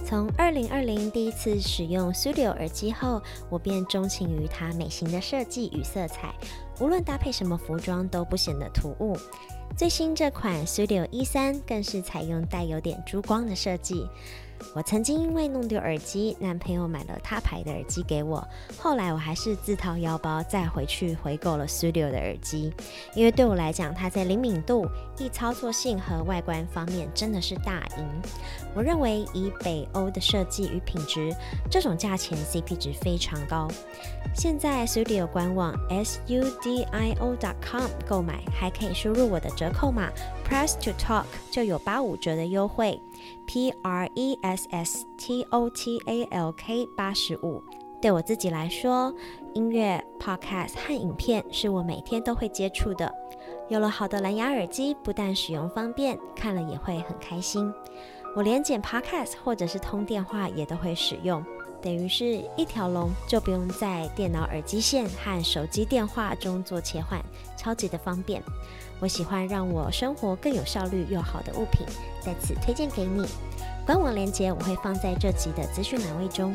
从2020第一次使用 Studio 耳机后，我便钟情于它美型的设计与色彩，无论搭配什么服装都不显得突兀。最新这款 Studio E3 更是采用带有点珠光的设计。我曾经因为弄丢耳机，男朋友买了他牌的耳机给我，后来我还是自掏腰包再回去回购了 Studio 的耳机，因为对我来讲，它在灵敏度、易操作性和外观方面真的是大赢。我认为以北欧的设计与品质，这种价钱 CP 值非常高。现在 Studio 官网 sudio.com 购买，还可以输入我的折扣码 Press to Talk 就有85折的优惠。PRESSTOTALK85。对我自己来说，音乐、podcast 和影片是我每天都会接触的。有了好的蓝牙耳机，不但使用方便，看了也会很开心。我连剪 podcast 或者是通电话也都会使用，等于是一条龙，就不用在电脑耳机线和手机电话中做切换，超级的方便。我喜欢让我生活更有效率又好的物品，在此推荐给你。官网链接我会放在这集的资讯栏位中。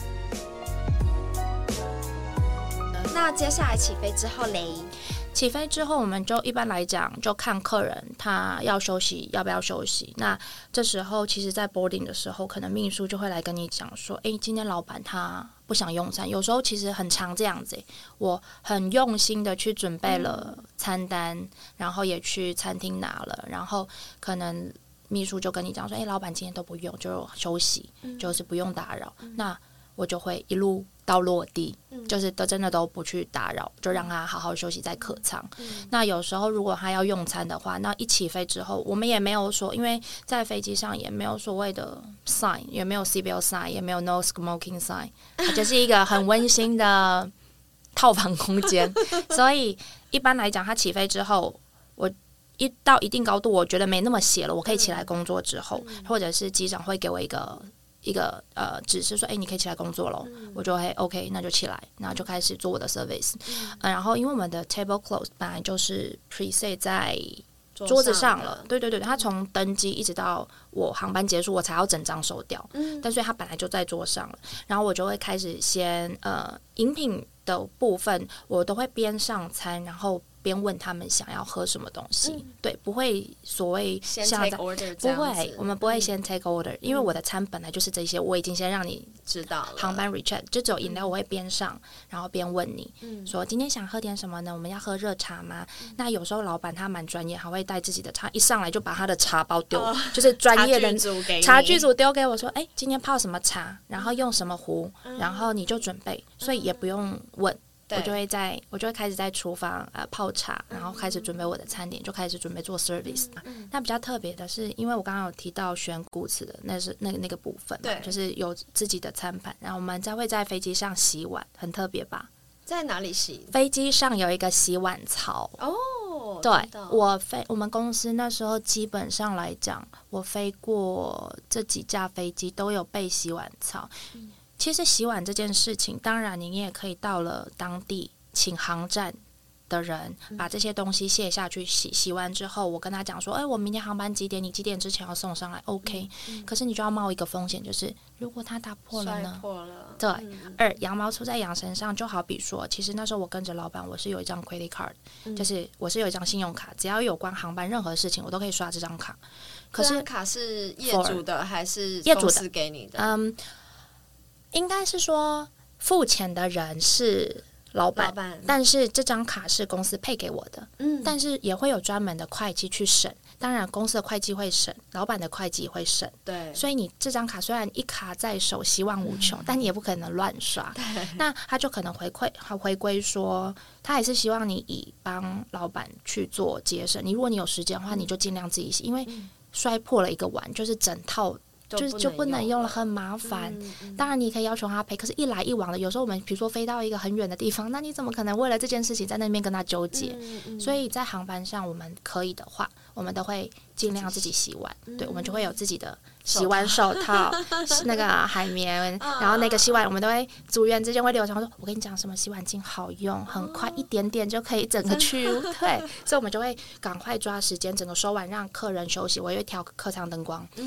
那接下来起飞之后嘞？ 起飞之后，我们就一般来讲就看客人他要休息要不要休息。那这时候其实在 boarding 的时候，可能秘书就会来跟你讲说，今天老板他不想用餐。有时候其实很常这样子，我很用心的去准备了餐单，然后也去餐厅拿了，然后可能秘书就跟你讲说，老板今天都不用，就休息，就是不用打扰。那我就会一路到落地，就是真的都不去打扰，就让他好好休息在客舱。那有时候如果他要用餐的话，那一起飞之后，我们也没有说，因为在飞机上也没有所谓的 sign， 也没有 seatbelt sign， 也没有 no smoking sign， 它就是一个很温馨的套房空间。所以一般来讲，他起飞之后，我一到一定高度，我觉得没那么血了，我可以起来工作之后，或者是机长会给我一个指示说，你可以起来工作咯，我就会 OK， 那就起来，然后就开始做我的 service。然后因为我们的 table cloth 本来就是 preset 在桌子上了，对，它从登机一直到我航班结束，我才要整张收掉。但所以它本来就在桌上了，然后我就会开始先饮品的部分，我都会边上餐，然后边问他们想要喝什么东西。对，不会所谓先 take order 这样子， 不会，我们不会先 take order，因为我的餐本来就是这些，我已经先让你知道了。 航班 recheck 就只有饮料，我会边上，然后边问你，说今天想喝点什么呢？我们要喝热茶吗？那有时候老板他蛮专业，还会带自己的茶，一上来就把他的茶包丢，就是专业的茶具组丢给我说，今天泡什么茶，然后用什么壶，然后你就准备，所以也不用问。我就会开始在厨房泡茶，然后开始准备我的餐点，就开始准备做 service。那比较特别的是，因为我刚刚有提到选骨瓷的，那是那个部分嘛，就是有自己的餐盘，然后我们会在飞机上洗碗，很特别吧？ 在哪里洗？ 飞机上有一个洗碗槽哦。 对，我们公司那时候基本上来讲，我飞过这几架飞机都有备洗碗槽。其实洗碗这件事情，当然你也可以到了当地请航站的人把这些东西卸下去洗，洗完之后我跟他讲说，我明天航班几点，你几点之前要送上来 OK。可是你就要冒一个风险，就是如果它打破了呢？对。羊毛出在羊身上，就好比说，其实那时候我跟着老板，我是有一张 credit card，就是我是有一张信用卡，只要有关航班任何事情，我都可以刷这张卡。可是这张卡是业主的还是公司给你的？ 应该是说付钱的人是老板，但是这张卡是公司配给我的。但是也会有专门的会计去审，当然公司的会计会审，老板的会计会审。 对， 所以你这张卡虽然一卡在手，希望无穷，但你也不可能乱刷。那他就可能回归说，他还是希望你以帮老板去做节省。如果你有时间的话，你就尽量自己洗，因为摔破了一个碗，就是整套。就不能用了，很麻烦。当然你可以要求他赔，可是一来一往的，有时候我们比如说飞到一个很远的地方，那你怎么可能为了这件事情在那边跟他纠结？所以在航班上，我们可以的话，我们都会尽量自己洗碗。对，我们就会有自己的洗碗手套，那个海绵，然后那个洗碗，我们都会组员之间会流传说，我跟你讲什么洗碗巾好用，很快一点点就可以整个去污。对，所以我们就会赶快抓时间，整个收完让客人休息。我也会调客舱灯光。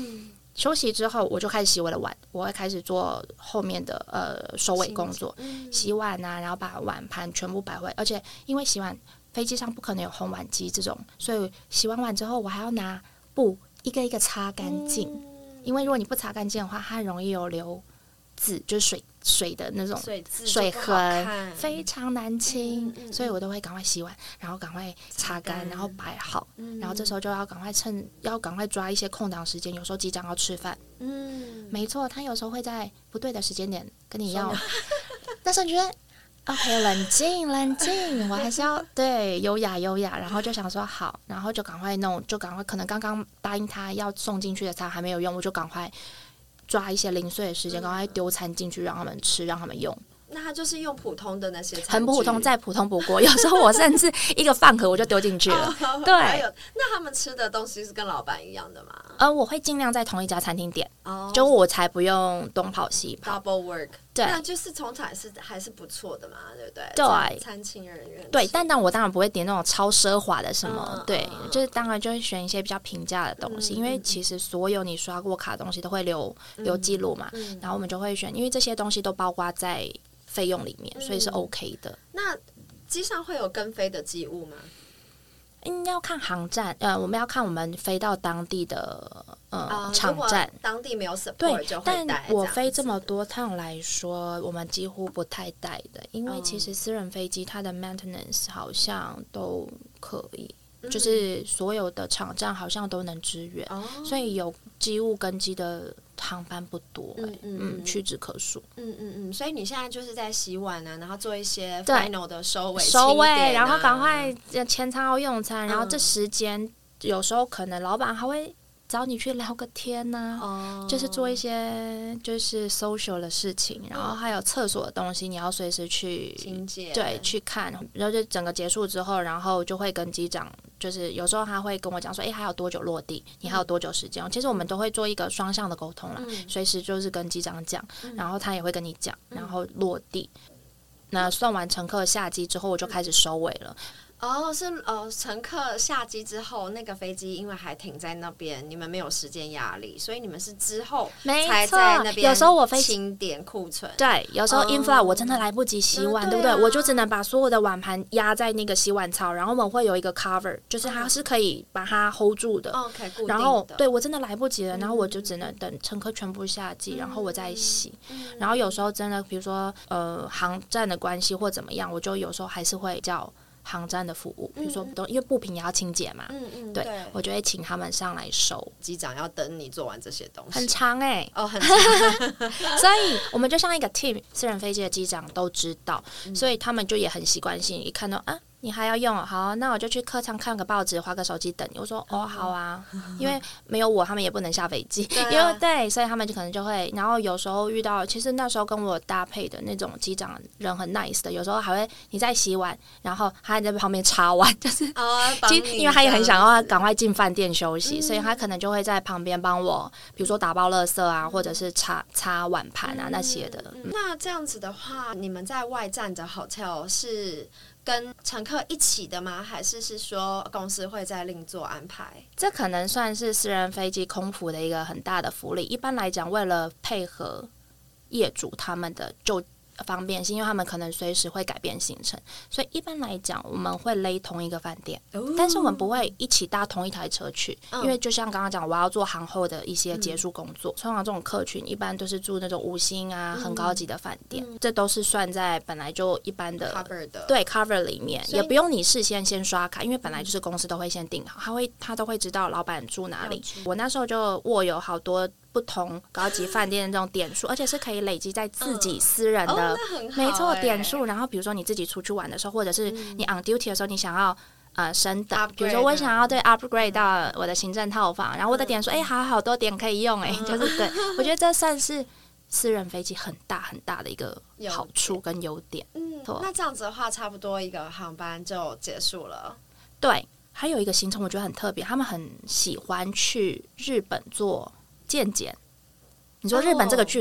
休息之后，我就开始洗我的碗，我会开始做后面的收尾工作，洗碗啊，然后把碗盘全部摆回，而且因为洗碗飞机上不可能有烘碗机这种，所以洗完碗之后，我还要拿布一个一个擦干净，因为如果你不擦干净的话，它很容易有留渍，就是水的那种水痕，非常难清，所以我都会赶快洗碗，然后赶快擦干，然后摆好，然后这时候就要赶快抓一些空档时间，有时候机长要吃饭，没错，他有时候会在不对的时间点跟你要，但是你觉得OK， 冷静，我还是要对优雅，然后就想说好，然后就赶快弄，就赶快，可能刚刚答应他要送进去的餐还没有用，我就赶快抓一些零碎的时间，赶快丢餐进去让他们吃，让他们用。 那他就是用普通的那些餐具， 很普通，再普通不过。有时候我甚至一个饭盒我就丢进去了。对， 那他们吃的东西是跟老板一样的吗？ 我会尽量在同一家餐厅点，就我才不用东跑西跑 ，double work。 对， 那就是从产还是不错的嘛，对不对？ 对， 餐请人员对，但我当然不会点那种超奢华的什么，对，就是当然就会选一些比较平价的东西，因为其实所有你刷过卡的东西都会留记录嘛，然后我们就会选，因为这些东西都包括在费用里面，所以是 OK 的。 那机上会有跟飞的机务吗？ 要看航站，我们要看我们飞到当地的场站， 当地没有 support 对， 就会带。 但我飞这么多趟来说，我们几乎不太带的，因为其实私人飞机它的 maintenance 好像都可以。就是所有的场站好像都能支援，所以有机务跟机的航班不多，屈指可数。 所以你现在就是在洗碗啊，然后做一些 final 的收尾， 然后赶快前餐要用餐，然后这时间有时候可能老板还会找你去聊个天啊，就是做一些就是 social 的事情，然后还有厕所的东西你要随时去清洁， 对，去看，然后就整个结束之后，然后就会跟机长，就是有时候他会跟我讲说，还有多久落地？你还有多久时间？其实我们都会做一个双向的沟通啦，随时就是跟机长讲，然后他也会跟你讲，然后落地。那算完乘客下机之后，我就开始收尾了。 乘客下机之后，那个飞机因为还停在那边，你们没有时间压力，所以你们是之后才在那边。 有时候我飞清点库存， 对，有时候 in flight 我真的来不及洗碗，对不对？我就只能把所有的碗盘压在那个洗碗槽，然后我们会有一个 cover， 就是它是可以把它 hold 住的。然后对我真的来不及了，然后我就只能等乘客全部下机，然后我再洗。然后有时候真的，比如说航站的关系或怎么样，我就有时候还是会叫航站的服务，比如说因为布品也要清洁嘛，对，我就会请他们上来收。 机长要等你做完这些东西， 很长很长， 所以我们就像一个 team， 私人飞机的机长都知道，所以他们就也很习惯性，一看到你还要用好，那我就去客舱看个报纸，划个手机等你。我说好啊，因为没有我，他们也不能下飞机，因为对，所以他们就可能就会，然后有时候遇到，其实那时候跟我搭配的那种机长人很 nice 的，有时候还会你在洗碗，然后他还在旁边擦碗，就是因为他也很想要赶快进饭店休息，所以他可能就会在旁边帮我，比如说打包垃圾啊，或者是擦碗盘啊那些的。 那这样子的话，你们在外站的 hotel 是跟乘客一起的吗？还是说公司会再另做安排？ 这可能算是私人飞机空服的一个很大的福利。一般来讲，为了配合业主他们的就方便性，因为他们可能随时会改变行程，所以一般来讲我们会勒同一个饭店，但是我们不会一起搭同一台车去，因为就像刚刚讲，我要做航后的一些结束工作，通常这种客群一般都是住那种5星啊很高级的饭店，这都是算在本来就一般的 cover 的， 对 cover 里面，也不用你事先先刷卡，因为本来就是公司都会先订好，他都会知道老板住哪里。我那时候就握有好多不同高级饭店的这种点数，而且是可以累积在自己私人的，没错，点数。然后比如说你自己出去玩的时候，或者是你 on duty 的时候，你想要升等，比如说我想要upgrade 到我的行政套房，然后我的点数好多点可以用就是对，我觉得这算是私人飞机很大很大的一个好处跟优点。 那这样子的话，差不多一个航班就结束了。 对，还有一个行程我觉得很特别，他们很喜欢去日本做健检。你说日本这个距离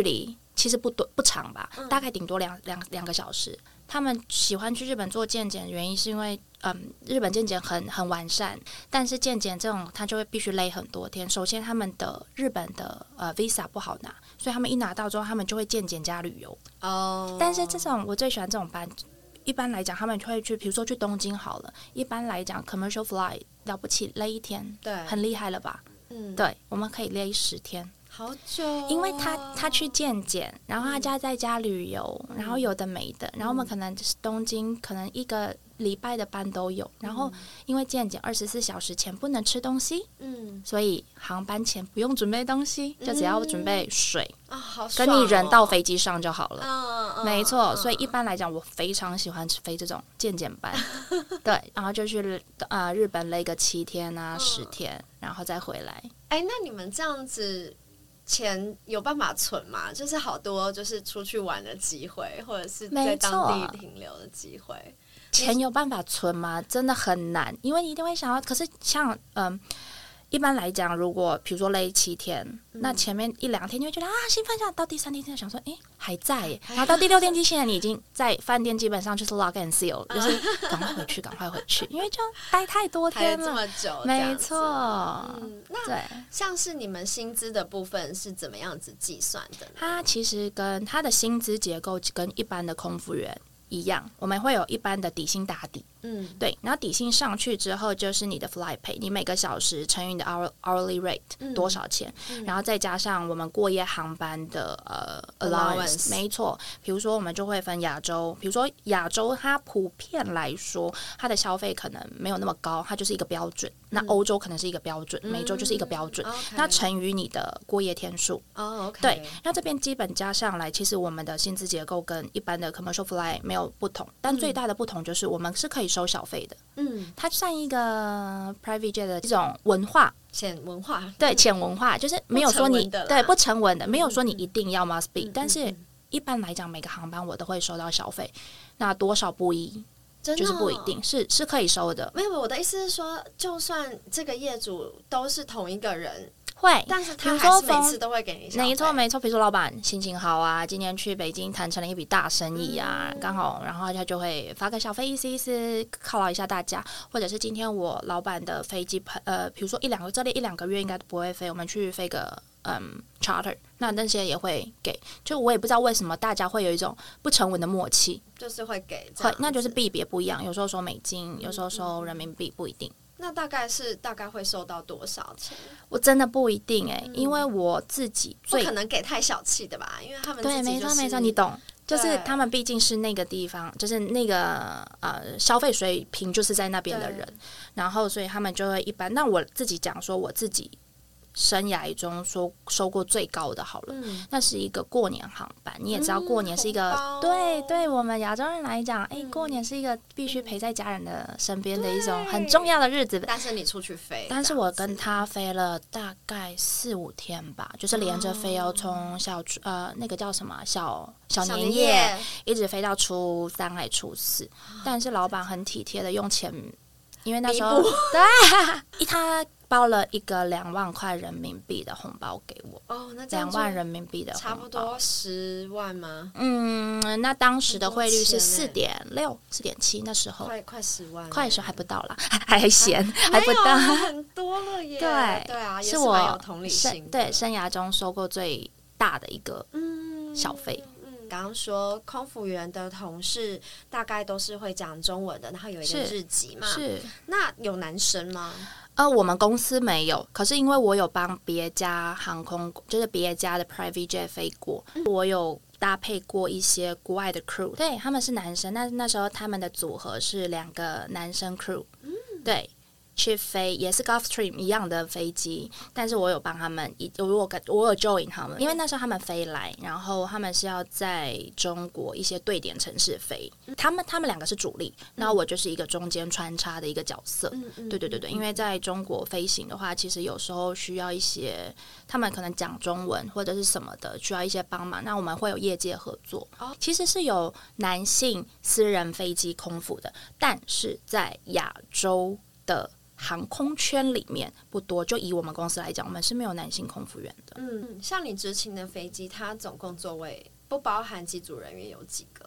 其实不长吧，大概顶多两个小时。他们喜欢去日本做健检的原因是因为日本健检很完善，但是健检这种它就会必须累很多天。首先他们的日本的visa 不好拿，所以他们一拿到之后他们就会健检加旅游。但是这种我最喜欢这种班，一般来讲他们会去比如说去东京好了，一般来讲 commercial flight 了不起累1天， 对， 很厉害了吧？对，我们可以累10天。 好久哦， 因为他去健检，然后他在家旅游，然后有的没的，然后我们可能东京可能1个礼拜的班都有，然后因为健检24小时前不能吃东西，所以航班前不用准备东西，就只要准备水， 好爽哦， 跟你人到飞机上就好了。没错，所以一般来讲，我非常喜欢飞这种健检班，对，然后就去日本累个7天啊10天，然后再回来。 那你们这样子钱有办法存吗？就是好多就是出去玩的机会，或者是在当地停留的机会。 钱有办法存吗？真的很难，因为你一定会想要。可是像一般来讲，如果比如说累7天，那前面1-2天就会觉得兴奋一下，到第3天就想说还在耶，然后到第6天现在你已经在饭店，基本上就是 lock and seal， 就是赶快回去，赶快回去，因为就待太多天了， 这么久， 没错。 那像是你们薪资的部分是怎么样子计算的呢？ 它其实跟它的薪资结构跟一般的空服员一样，我们会有一般的底薪打底，对，然后底薪上去之后就是你的 flight pay， 你每个小时乘以你的 hourly rate 多少钱，然后再加上我们过夜航班的allowance， 没错，比如说我们就会分亚洲，比如说亚洲它普遍来说它的消费可能没有那么高，它就是一个标准，那欧洲可能是一个标准，美洲就是一个标准，那乘以你的过夜天数，对，那这边基本加上来，其实我们的薪资结构跟一般的 commercial flight 没有不同，但最大的不同就是我们是可以收小费的，它算一个 private jet 的这种文化， 浅文化， 对，浅文化就是没有说你对不成文的，没有说你一定要 must be，但是一般来讲每个航班我都会收到小费，那多少不一。就是不一定是可以收的。 没有，我的意思是说，就算这个业主都是同一个人， 会， 但是他还是每次都会给你小费。 没错没错，比如说老板心情好啊，今天去北京谈成了一笔大生意啊，刚好，然后他就会发个小费，意思犒劳一下大家。或者是今天我老板的飞机，比如说这里1-2个月应该都不会飞，我们去飞个charter， 那些也会给。就我也不知道为什么大家会有一种不成文的默契， 就是会给， 那就是币别不一样，有时候收美金，有时候收人民币，不一定。 那大概会收到多少钱？ 我真的不一定因为我自己不可能给太小气的吧？因为他们对，没错没错，你懂。就是他们毕竟是那个地方，就是那个消费水平就是在那边的人，然后所以他们就会一般。那我自己讲说，我自己生涯中收过最高的好了，那是一个过年航班。你也知道，过年是一个对我们亚洲人来讲，过年是一个必须陪在家人的身边的一种很重要的日子。 但是你出去飞， 但是我跟他飞了大概4-5天吧，就是连着飞从那个叫什么小年夜一直飞到初3还初4，但是老板很体贴的用钱，因为那时候对他包了一个2万块人民币的红包给我。 那 2万人民币的红包， 差不多10万吗？ 那当时的汇率是4.6、4.7，那时候快10万， 快10还不到啦，还嫌还不到， 很多了耶。对啊， 是我有同理心对生涯中收过最大的一个小费。 刚刚说空服员的同事大概都是会讲中文的，然后有一个日籍嘛， 是那有男生吗？ 我们公司没有，可是因为我有帮别家航空，就是别家的 private jet 飞过，我有搭配过一些国外的 crew， 对，他们是男生，那时候他们的组合是2个男生 crew，对。去飞也是 Gulfstream 一样的飞机，但是我有帮他们，我有 join 他们，因为那时候他们飞来，然后他们是要在中国一些对点城市飞，他们2个是主力，那我就是一个中间穿插的一个角色。对，因为在中国飞行的话，其实有时候需要一些他们可能讲中文或者是什么的，需要一些帮忙，那我们会有业界合作。其实是有男性私人飞机空服的，但是在亚洲的航空圈里面不多，就以我们公司来讲，我们是没有男性空服员的。 像你执勤的飞机，它总共座位不包含机组人员有几个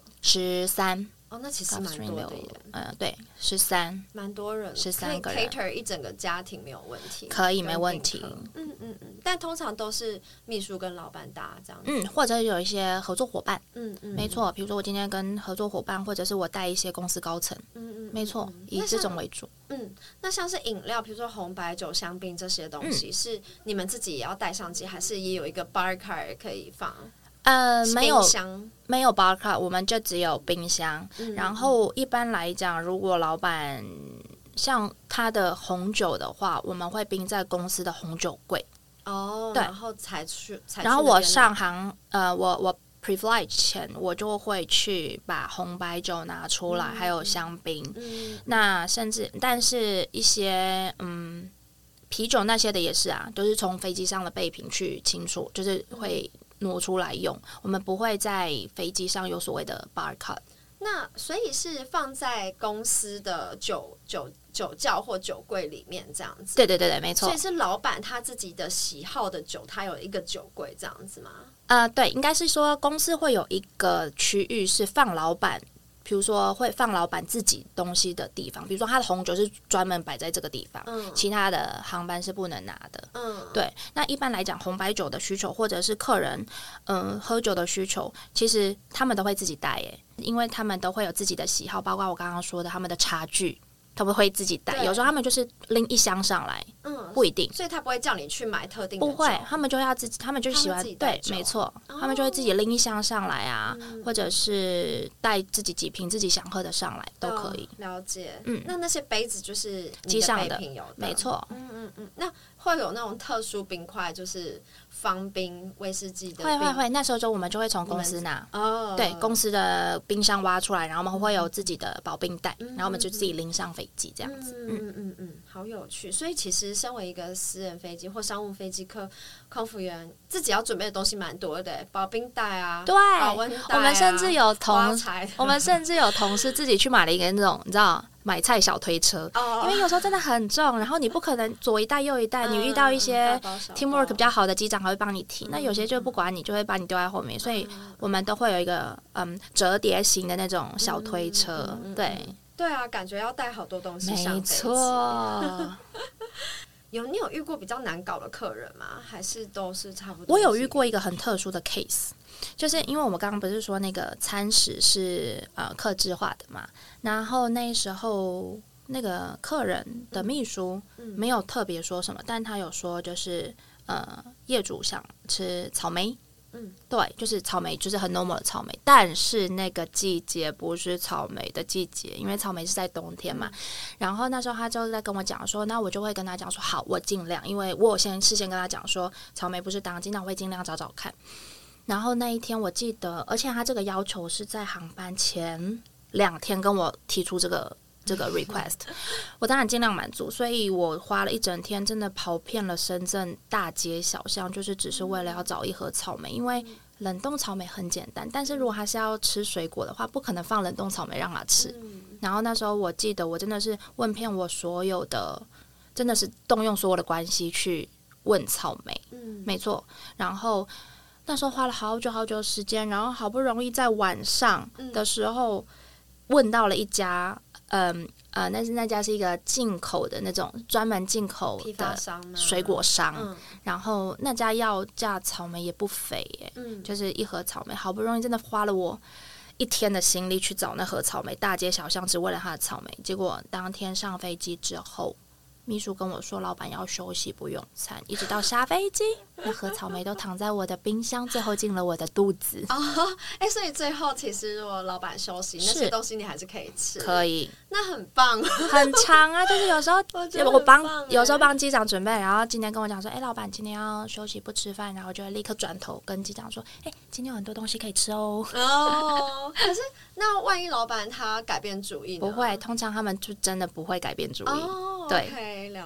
13。 哦，那其实蛮多的耶。 对，13， 蛮多人 ，13个人 cater 一整个家庭没有问题， 可以没问题。 但通常都是秘书跟老板搭这样子。 或者有一些合作伙伴。没错。比如说我今天跟合作伙伴，或者是我带一些公司高层。没错，以这种为主。 那像是饮料，比如说红白酒、香槟这些东西，是你们自己也要带上机，还是也有一个 bar cart 可以放？ 没有 bar cart， 我们就只有冰箱。然后一般来讲，如果老板像他的红酒的话，我们会冰在公司的红酒柜。 对，然后才去。 然后我上航，我 pre-flight 前，我就会去把红白酒拿出来，还有香槟。那甚至，但是一些啤酒那些的也是啊，都是从飞机上的备品去清除，就是会挪出来用。我们不会在飞机上有所谓的 bar cart。 那所以是放在公司的酒窖或酒柜里面这样子。 对，没错。 所以是老板他自己的喜好的酒，他有一个酒柜这样子吗？ 对，应该是说公司会有一个区域是放老板，比如说会放老板自己东西的地方，比如说他的红酒是专门摆在这个地方，其他的航班是不能拿的。对。那一般来讲，红白酒的需求或者是客人喝酒的需求，其实他们都会自己带耶，因为他们都会有自己的喜好，包括我刚刚说的他们的茶具。他们会自己带，有时候他们就是拎一箱上来，不一定， 所以他不会叫你去买特定的酒， 不会，他们就要自己，他们就喜欢，对，没错，他们就会自己拎一箱上来啊，或者是带自己几瓶自己想喝的上来都可以。 了解。那些杯子就是机上的，没错。 那会有那种特殊冰块，就是方冰威士忌的冰。 会，那时候我们就会从公司拿，对，公司的冰箱挖出来，然后我们会有自己的保冰袋，然后我们就自己拎上飞机这样子。 好有趣。所以其实身为一个私人飞机或商务飞机空服员，自己要准备的东西蛮多的，保冰袋啊， 对， 保温袋啊， 我们甚至有同事自己去买了一个那种，你知道。买菜小推车，因为有时候真的很重，然后你不可能左一袋右一袋，你遇到一些 teamwork 比较好的机长还会帮你提，那有些就不管你，就会把你丢在后面，所以我们都会有一个折叠型的那种小推车。 对啊，感觉要带好多东西上飞机。 没错。 你有遇过比较难搞的客人吗？还是都是差不多？ 我有遇过一个很特殊的 case， 就是因为我们刚刚不是说那个餐食是客制化的嘛，然后那时候那个客人的秘书没有特别说什么，但他有说就是业主想吃草莓。对，就是草莓，就是很 normal 的草莓，但是那个季节不是草莓的季节，因为草莓是在冬天嘛。然后那时候他就在跟我讲说，那我就会跟他讲说，好，我尽量，因为我有事先跟他讲说，草莓不是当季，那我会尽量找找看。然后那一天我记得，而且他这个要求是在航班前2天跟我提出这个 request， 我当然尽量满足，所以我花了一整天，真的跑遍了深圳大街小巷，就是只是为了要找一盒草莓，因为冷冻草莓很简单，但是如果他是要吃水果的话，不可能放冷冻草莓让他吃。然后那时候我记得我真的是问遍我所有的，真的是动用所有的关系去问草莓，没错。然后那时候花了好久的时间，然后好不容易在晚上的时候问到了一家。那家是一个进口的那种专门进口的水果商，然后那家要价草莓也不菲耶，就是一盒草莓，好不容易真的花了我1天的心力去找那盒草莓，大街小巷只为了它的草莓，结果当天上飞机之后，秘书跟我说老板要休息不用餐，一直到下飞机那盒草莓都躺在我的冰箱，最后进了我的肚子。 所以最后其实如果老板休息，那些东西你还是可以吃， 可以， 那很棒。 很长啊，就是有时候有时候帮机长准备，然后今天跟我讲说老板今天要休息不吃饭，然后就会立刻转头跟机长说今天有很多东西可以吃哦。 可是那万一老板他改变主意呢？ 不会，通常他们就真的不会改变主意。对， 了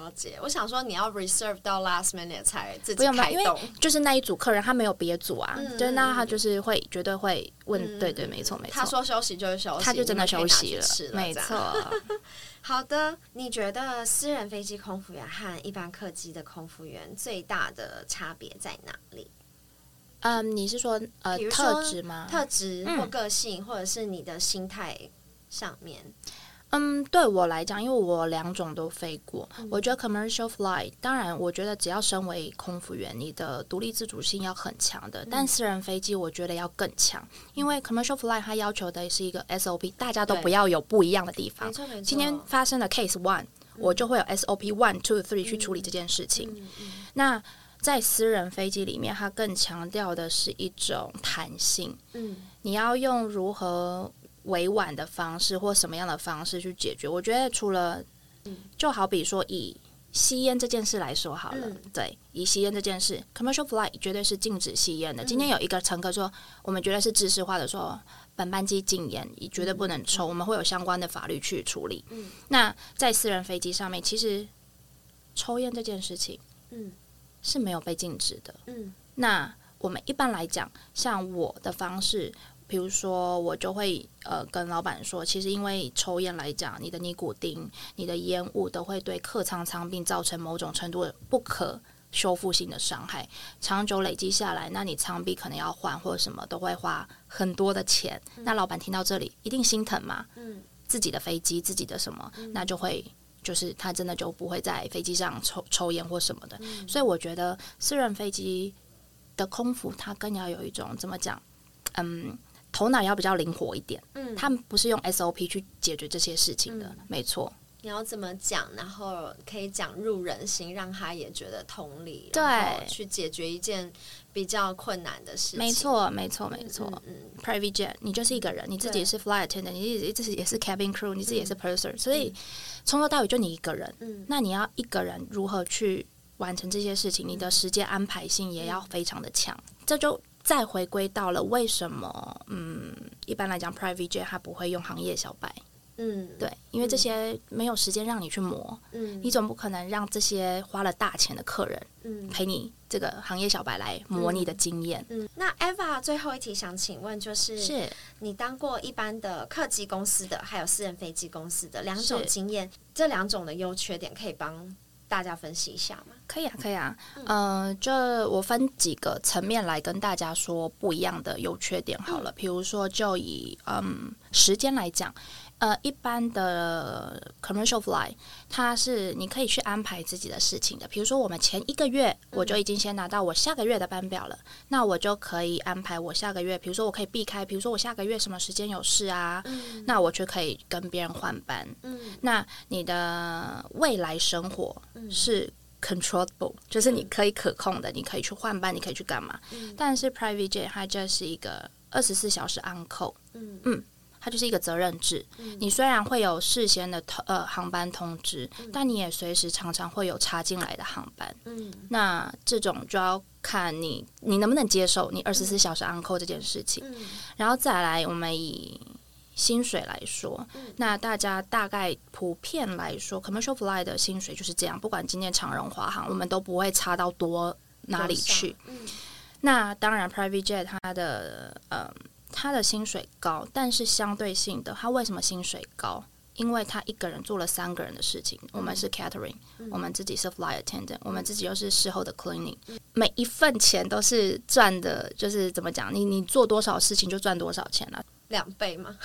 了解。我想说你要 reserve 到 last minute 才自己不用吧， 开动， 因为就是那一组客人他没有别组啊，就是那他就是会绝对会问，对对，没错没错， 他说休息就是休息， 他就真的休息了， 没错。 好的，你觉得私人飞机空服员和一般客机的空服员最大的差别在哪里？ 你是说特质吗？ 特质或个性，或者是你的心态上面？ 对我来讲，因为我2种都飞过，我觉得 commercial flight， 当然我觉得只要身为空服员，你的独立自主性要很强的，但私人飞机我觉得要更强，因为 commercial flight 它要求的是一个 SOP， 大家都不要有不一样的地方。今天发生了 case 1，我就会有 SOP 1、2、3去处理这件事情。那在私人飞机里面，它更强调的是一种弹性。你要用如何委婉的方式或什么样的方式去解决？我觉得除了，就好比说以吸烟这件事来说好了，对，以吸烟这件事 ，commercial flight 绝对是禁止吸烟的。今天有一个乘客说，我们绝对是制式化的说，本班机禁烟，你绝对不能抽，我们会有相关的法律去处理。那在私人飞机上面，其实抽烟这件事情，是没有被禁止的。那我们一般来讲，像我的方式。比如说，我就会跟老板说，其实因为抽烟来讲，你的尼古丁、你的烟雾都会对客舱舱壁造成某种程度的不可修复性的伤害，长久累积下来，那你舱壁可能要换或者什么都会花很多的钱。那老板听到这里一定心疼嘛？自己的飞机、自己的什么，那就会就是他真的就不会在飞机上抽烟或什么的。所以我觉得私人飞机的空服，他更要有一种怎么讲，头脑要比较灵活一点，他们不是用 SOP 去解决这些事情的，没错。 你要怎么讲，然后可以讲入人心，让他也觉得同理， 对， 然后去解决一件比较困难的事情。 没错，没错，没错。Private jet， 你就是一个人，你自己是 flight attendant， 你自己也是 cabin crew， 你自己也是 purser，所以从头到尾就你一个人。那你要一个人如何去完成这些事情？你的时间安排性也要非常的强，这就。再回归到了为什么，一般来讲 private jet 它不会用行业小白，对，因为这些没有时间让你去磨，你总不可能让这些花了大钱的客人，陪你这个行业小白来磨你的经验。 那 Eva 最后一题想请问，就是你当过一般的客机公司的，还有私人飞机公司的2种经验，这2种的优缺点可以帮大家分析一下吗？ 可以啊，可以啊。就我分几个层面来跟大家说不一样的优缺点好了。比如说，就以时间来讲，一般的 commercial flight， 它是你可以去安排自己的事情的。比如说，我们前1个月我就已经先拿到我下个月的班表了，那我就可以安排我下个月。比如说，我可以避开，比如说我下个月什么时间有事啊，那我就可以跟别人换班。那你的未来生活是controllable， 就是你可以可控的，你可以去换班，你可以去干嘛。但是 private jet 它就是一个24小时 on call， 它就是一个责任制。你虽然会有事先的航班通知，但你也随时常常会有插进来的航班。那这种就要看你能不能接受你24小时 on call 这件事情。然后再来，我们以薪水来说，那大家大概普遍来说 commercial flight 的薪水就是这样，不管今天长荣华航，我们都不会差到多哪里去。那当然 private jet 它的薪水高，但是相对性的，它为什么薪水高？因为他一个人做了3个人的事情，我们是 catering，我们自己是 flight attendant，我们自己又是事后的 cleaning，每一份钱都是赚的，就是怎么讲，你做多少事情就赚多少钱了 ，2倍吗？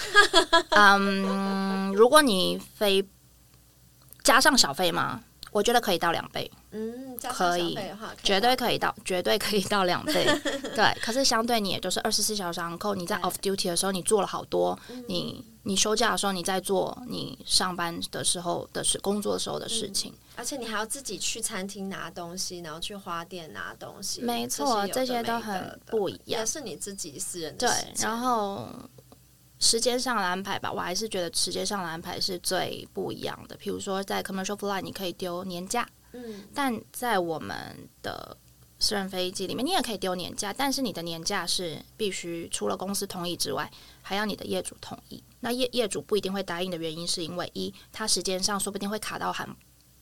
如果你飞加上小费吗？我觉得可以到2倍。 可以， 绝对可以到2倍。对，可是相对你也就是24小时 on call， 你在 off duty 的时候，你做了好多，你休假的时候，你在做你上班的时候的工作的时候的事情， 而且你还要自己去餐厅拿东西，然后去花店拿东西。 没错，这些都很不一样， 也是你自己私人的时间。 对，然后时间上的安排吧，我还是觉得时间上的安排是最不一样的。比如说在 commercial flight 你可以丢年假，但在我们的私人飞机里面你也可以丢年假，但是你的年假是必须除了公司同意之外，还要你的业主同意。那业主不一定会答应的原因是因为他时间上说不定会卡到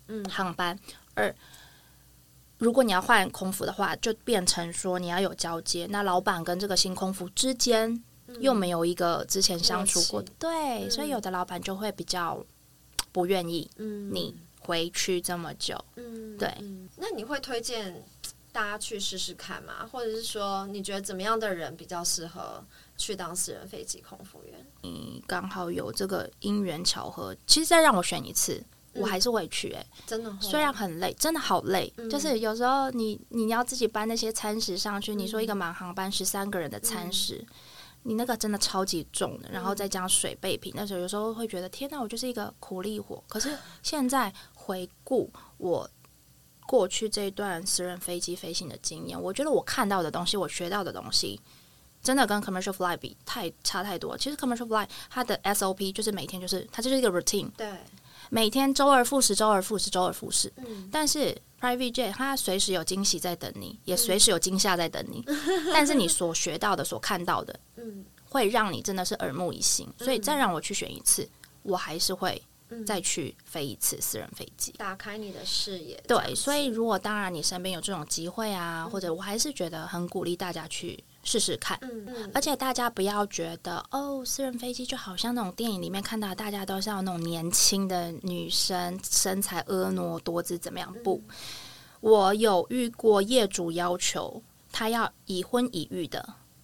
航班。2，如果你要换空服的话，就变成说你要有交接，那老板跟这个新空服之间又没有一个之前相处过，对，所以有的老板就会比较不愿意你回去这么久，对。 那你会推荐大家去试试看吗？或者是说，你觉得怎么样的人比较适合去当私人飞机空服员？ 你刚好有这个因缘巧合，其实再让我选一次，我还是会去真的， 虽然很累，真的好累，就是有时候你要自己搬那些餐食上去，你说一个满航班13个人的餐食，你那个真的超级重的，然后再加水备品，那时候有时候会觉得天哪，我就是一个苦力活。可是现在回顾我过去这一段私人飞机飞行的经验，我觉得我看到的东西，我学到的东西，真的跟 commercial flight 比差太多。其实 commercial flight 它的 SOP 就是每天它就是一个 routine， 对。 每天周而复始，周而复始，周而复始。但是 private jet 它随时有惊喜在等你，也随时有惊吓在等你。但是你所学到的、所看到的，会让你真的是耳目一新。所以再让我去选一次，我还是会再去飞一次私人飞机， 打开你的视野。 对，所以如果当然你身边有这种机会啊，或者我还是觉得很鼓励大家去试试看，而且大家不要觉得私人飞机就好像那种电影里面看到大家都是要那种年轻的女生，身材婀娜多姿怎么样？不，我有遇过业主要求他要已婚已育的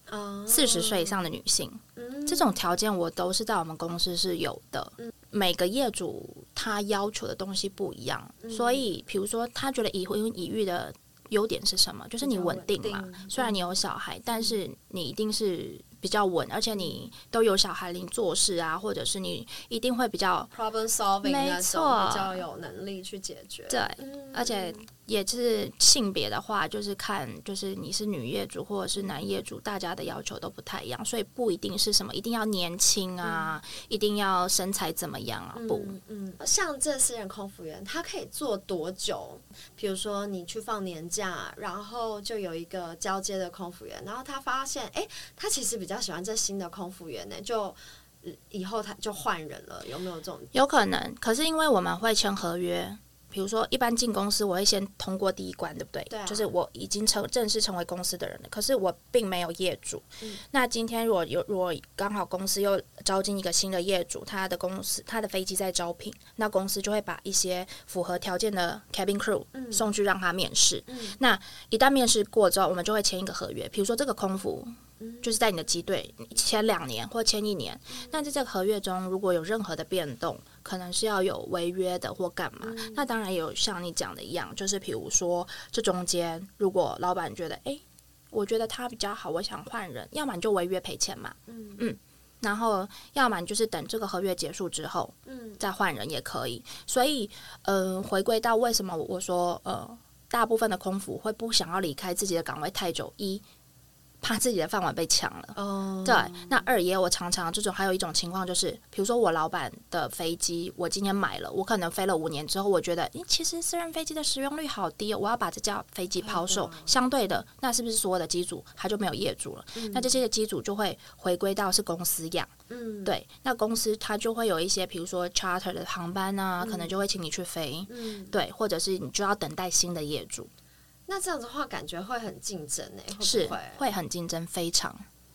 40岁以上的女性，这种条件我都是在我们公司是有的。每个业主他要求的东西不一样，所以比如说他觉得已婚已育的优点是什么？就是你稳定嘛，虽然你有小孩，但是你一定是比较稳，而且你都有小孩，你做事啊，或者是你一定会比较 problem solving 那种，比较有能力去解决。 对，而且也是性别的话，就是看就是你是女业主或者是男业主，大家的要求都不太一样，所以不一定是什么一定要年轻啊，一定要身材怎么样啊，不。 像这私人空服员，他可以做多久？比如说你去放年假，然后就有一个交接的空服员，然后他发现，他其实比较喜欢这新的空服员呢，就以后他就换人了，有没有这种？ 有可能，可是因为我们会签合约。比如说，一般进公司我会先通过第一关，对不对？ 对啊， 就是我已经正式成为公司的人了，可是我并没有业主。那今天如果刚好公司又招进一个新的业主，他的飞机在招聘，那公司就会把一些符合条件的 cabin crew 送去让他面试。那一旦面试过之后，我们就会签一个合约。比如说这个空服就是在你的机队签2年或签1年，那在这个合约中如果有任何的变动，可能是要有违约的或干嘛，那当然也有像你讲的一样，就是比如说这中间如果老板觉得我觉得他比较好，我想换人，要么你就违约赔钱嘛，然后要么你就是等这个合约结束之后再换人也可以。所以回归到为什么我说大部分的空服会不想要离开自己的岗位太久，怕自己的饭碗被抢了。对，那2也我常常这种，还有一种情况就是，比如说我老板的飞机，我今天买了，我可能飞了5年之后，我觉得，其实私人飞机的使用率好低，我要把这架飞机抛售。相对的，那是不是所有的机组他就没有业主了？那这些机组就会回归到是公司养。对，那公司它就会有一些，比如说 charter 的航班啊，可能就会请你去飞。对，或者是你就要等待新的业主。 那这样子的话，感觉会很竞争是会很竞争，非常。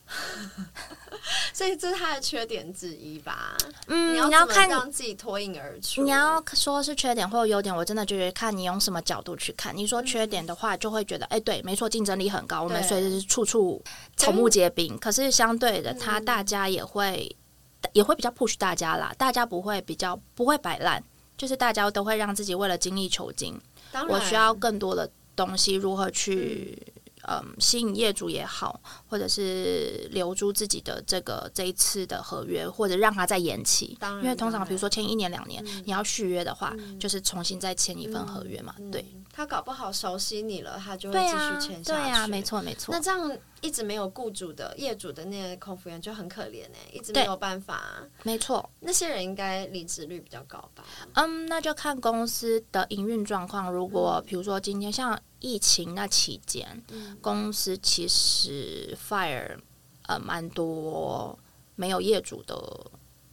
所以这是它的缺点之一吧。 你要看让自己脱颖而出。 你要说是缺点或优点，我真的觉得看你用什么角度去看。你说缺点的话，就会觉得对，没错，竞争力很高，我们随时处处草木皆兵。可是相对的，大家也会比较 push 大家啦，大家不会摆烂，就是大家都会让自己为了精益求精。我需要更多的东西，如何去吸引业主也好，或者是留住自己的这一次的合约，或者让他再延期。因为通常比如说签1年2年，你要续约的话，就是重新再签一份合约嘛。对， 他搞不好熟悉你了，他就会继续签下去。 对啊，没错没错。 那这样一直没有雇主的业主的那些空服员就很可怜一直没有办法。 没错， 那些人应该离职率比较高吧？ 那就看公司的营运状况。如果比如说今天像疫情那期间，公司其实 fire 蛮多没有业主的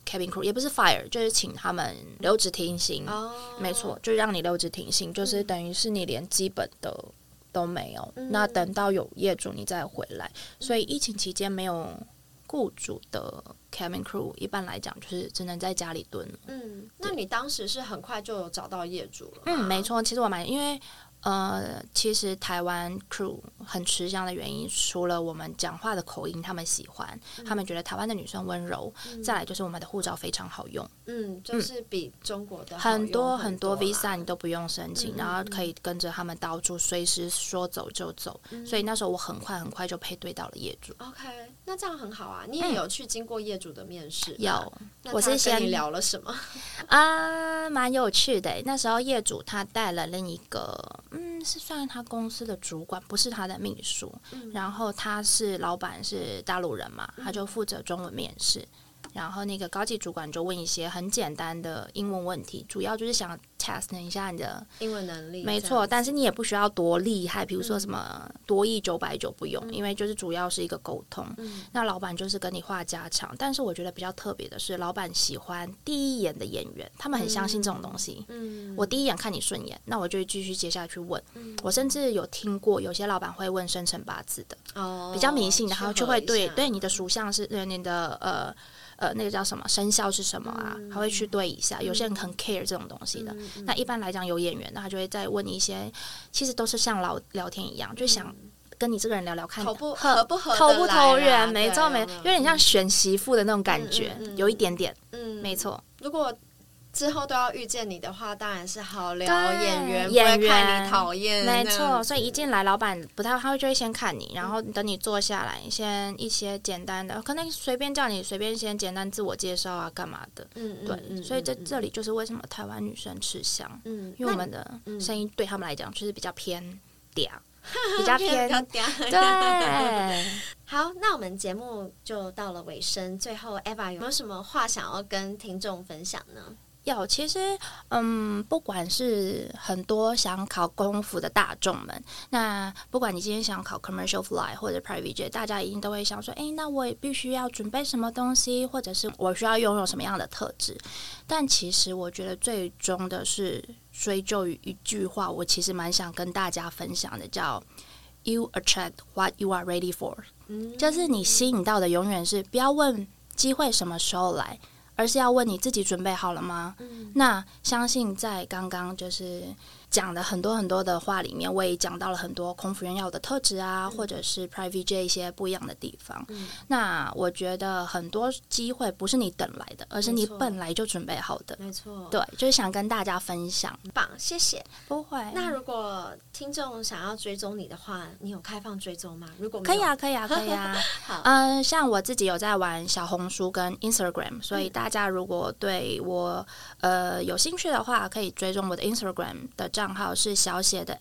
cabin crew， 也不是 fire， 就是请他们留职停薪。没错，就让你留职停薪，就是等于是你连基本的都没有。那等到有业主你再回来，所以疫情期间没有雇主的 cabin crew， 一般来讲就是只能在家里蹲了。 那你当时是很快就有找到业主了吗？ 没错，其实我因为其实台湾 crew 很吃香的原因，除了我们讲话的口音他们喜欢，他们觉得台湾的女生温柔，再来就是我们的护照非常好用， 就是比中国的好用很多 visa 你都不用申请，然后可以跟着他们到处，随时说走就走，所以那时候我很快就配对到了业主。 OK， 那这样很好啊，你也有去经过业主的面试？ 有， 我是先跟你聊了什么蛮有趣的。那时候业主他带了另一个是算他公司的主管，不是他的秘书，然后他是老板是大陆人嘛，他就负责中文面试，然后那个高级主管就问一些很简单的英文问题，主要就是想 test 一下你的英文能力。 没错，但是你也不需要多厉害，比如说什么多益990不用，因为就是主要是一个沟通。那老板就是跟你话家常，但是我觉得比较特别的是，老板喜欢第一眼的演员，他们很相信这种东西。我第一眼看你顺眼，那我就继续接下去问。我甚至有听过有些老板会问生辰八字的，比较迷信的，然后就会对你的属相是你的那个叫什么生肖是什么啊？他会去对一下。有些人很 care 这种东西的。那一般来讲有演员，那他就会再问你一些，其实都是像聊天一样，就想跟你这个人聊聊看， 合不合， 投不投缘，没错，有点像选媳妇的那种感觉，有一点点，没错。 如果之后都要遇见你的话，当然是好聊演员，不会看你讨厌。 没错，所以一进来，老板他就会先看你，然后等你坐下来，先一些简单的，可能随便叫你随便先简单自我介绍啊，干嘛的。对，所以这里就是为什么台湾女生吃香，因为我们的声音对他们来讲就是比较偏嗲，比较偏对。 好，那我们节目就到了尾声，最后 Eva 有没有什么话想要跟听众分享呢？ 其实不管是很多想考空服的大众们，那不管你今天想考 commercial fly 或者 private jet， 大家一定都会想说，那我也必须要准备什么东西，或者是我需要拥有什么样的特质。但其实我觉得最终的是追究于一句话，我其实蛮想跟大家分享的，叫 You attract what you are ready for。就是你吸引到的永远是不要问机会什么时候来，而是要问你自己准备好了吗？那相信在刚刚就是讲了很多很多的话里面，我也讲到了很多空服员要的特质啊，或者是 private jet 一些不一样的地方。那我觉得很多机会不是你等来的，而是你本来就准备好的。 没错， 对，就是想跟大家分享。 棒，谢谢。 不会。 那如果听众想要追踪你的话，你有开放追踪吗？如果没有， 可以啊。好，像我自己有在玩小红书跟 Instagram， 所以大家如果对我有兴趣的话，可以追踪我的 Instagram 的账号是小写的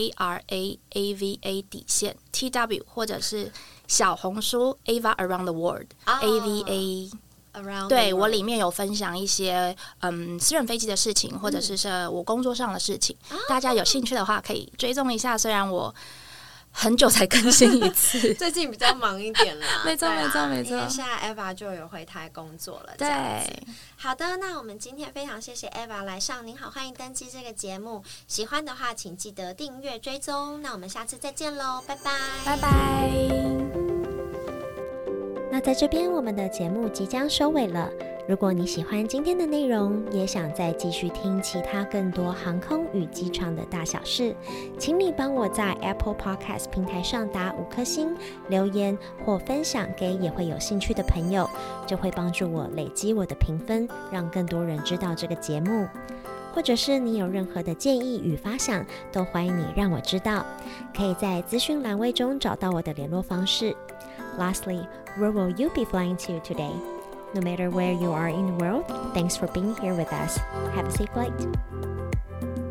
SARAAVA 底线 TW， 或者是小红书 Ava Around the World AVA。对，我里面有分享一些私人飞机的事情，或者是我工作上的事情，大家有兴趣的话可以追踪一下。虽然我很久才更新一次最近比较忙一点啦没错，因为现在 Eva 就有回台工作了。对，好的，那我们今天非常谢谢 Eva 来上您好欢迎登机这个节目，喜欢的话请记得订阅追踪，那我们下次再见咯，拜拜拜拜。 那在这边我们的节目即将收尾了，如果你喜欢今天的内容，也想再继续听其他更多航空与机场的大小事，请你帮我在 Apple Podcast 平台上打5颗星，留言或分享给也会有兴趣的朋友，就会帮助我累积我的评分，让更多人知道这个节目。或者是你有任何的建议与发想，都欢迎你让我知道，可以在资讯栏位中找到我的联络方式。Lastly, where will you be flying to today? No matter where you are in the world, thanks for being here with us. Have a safe flight.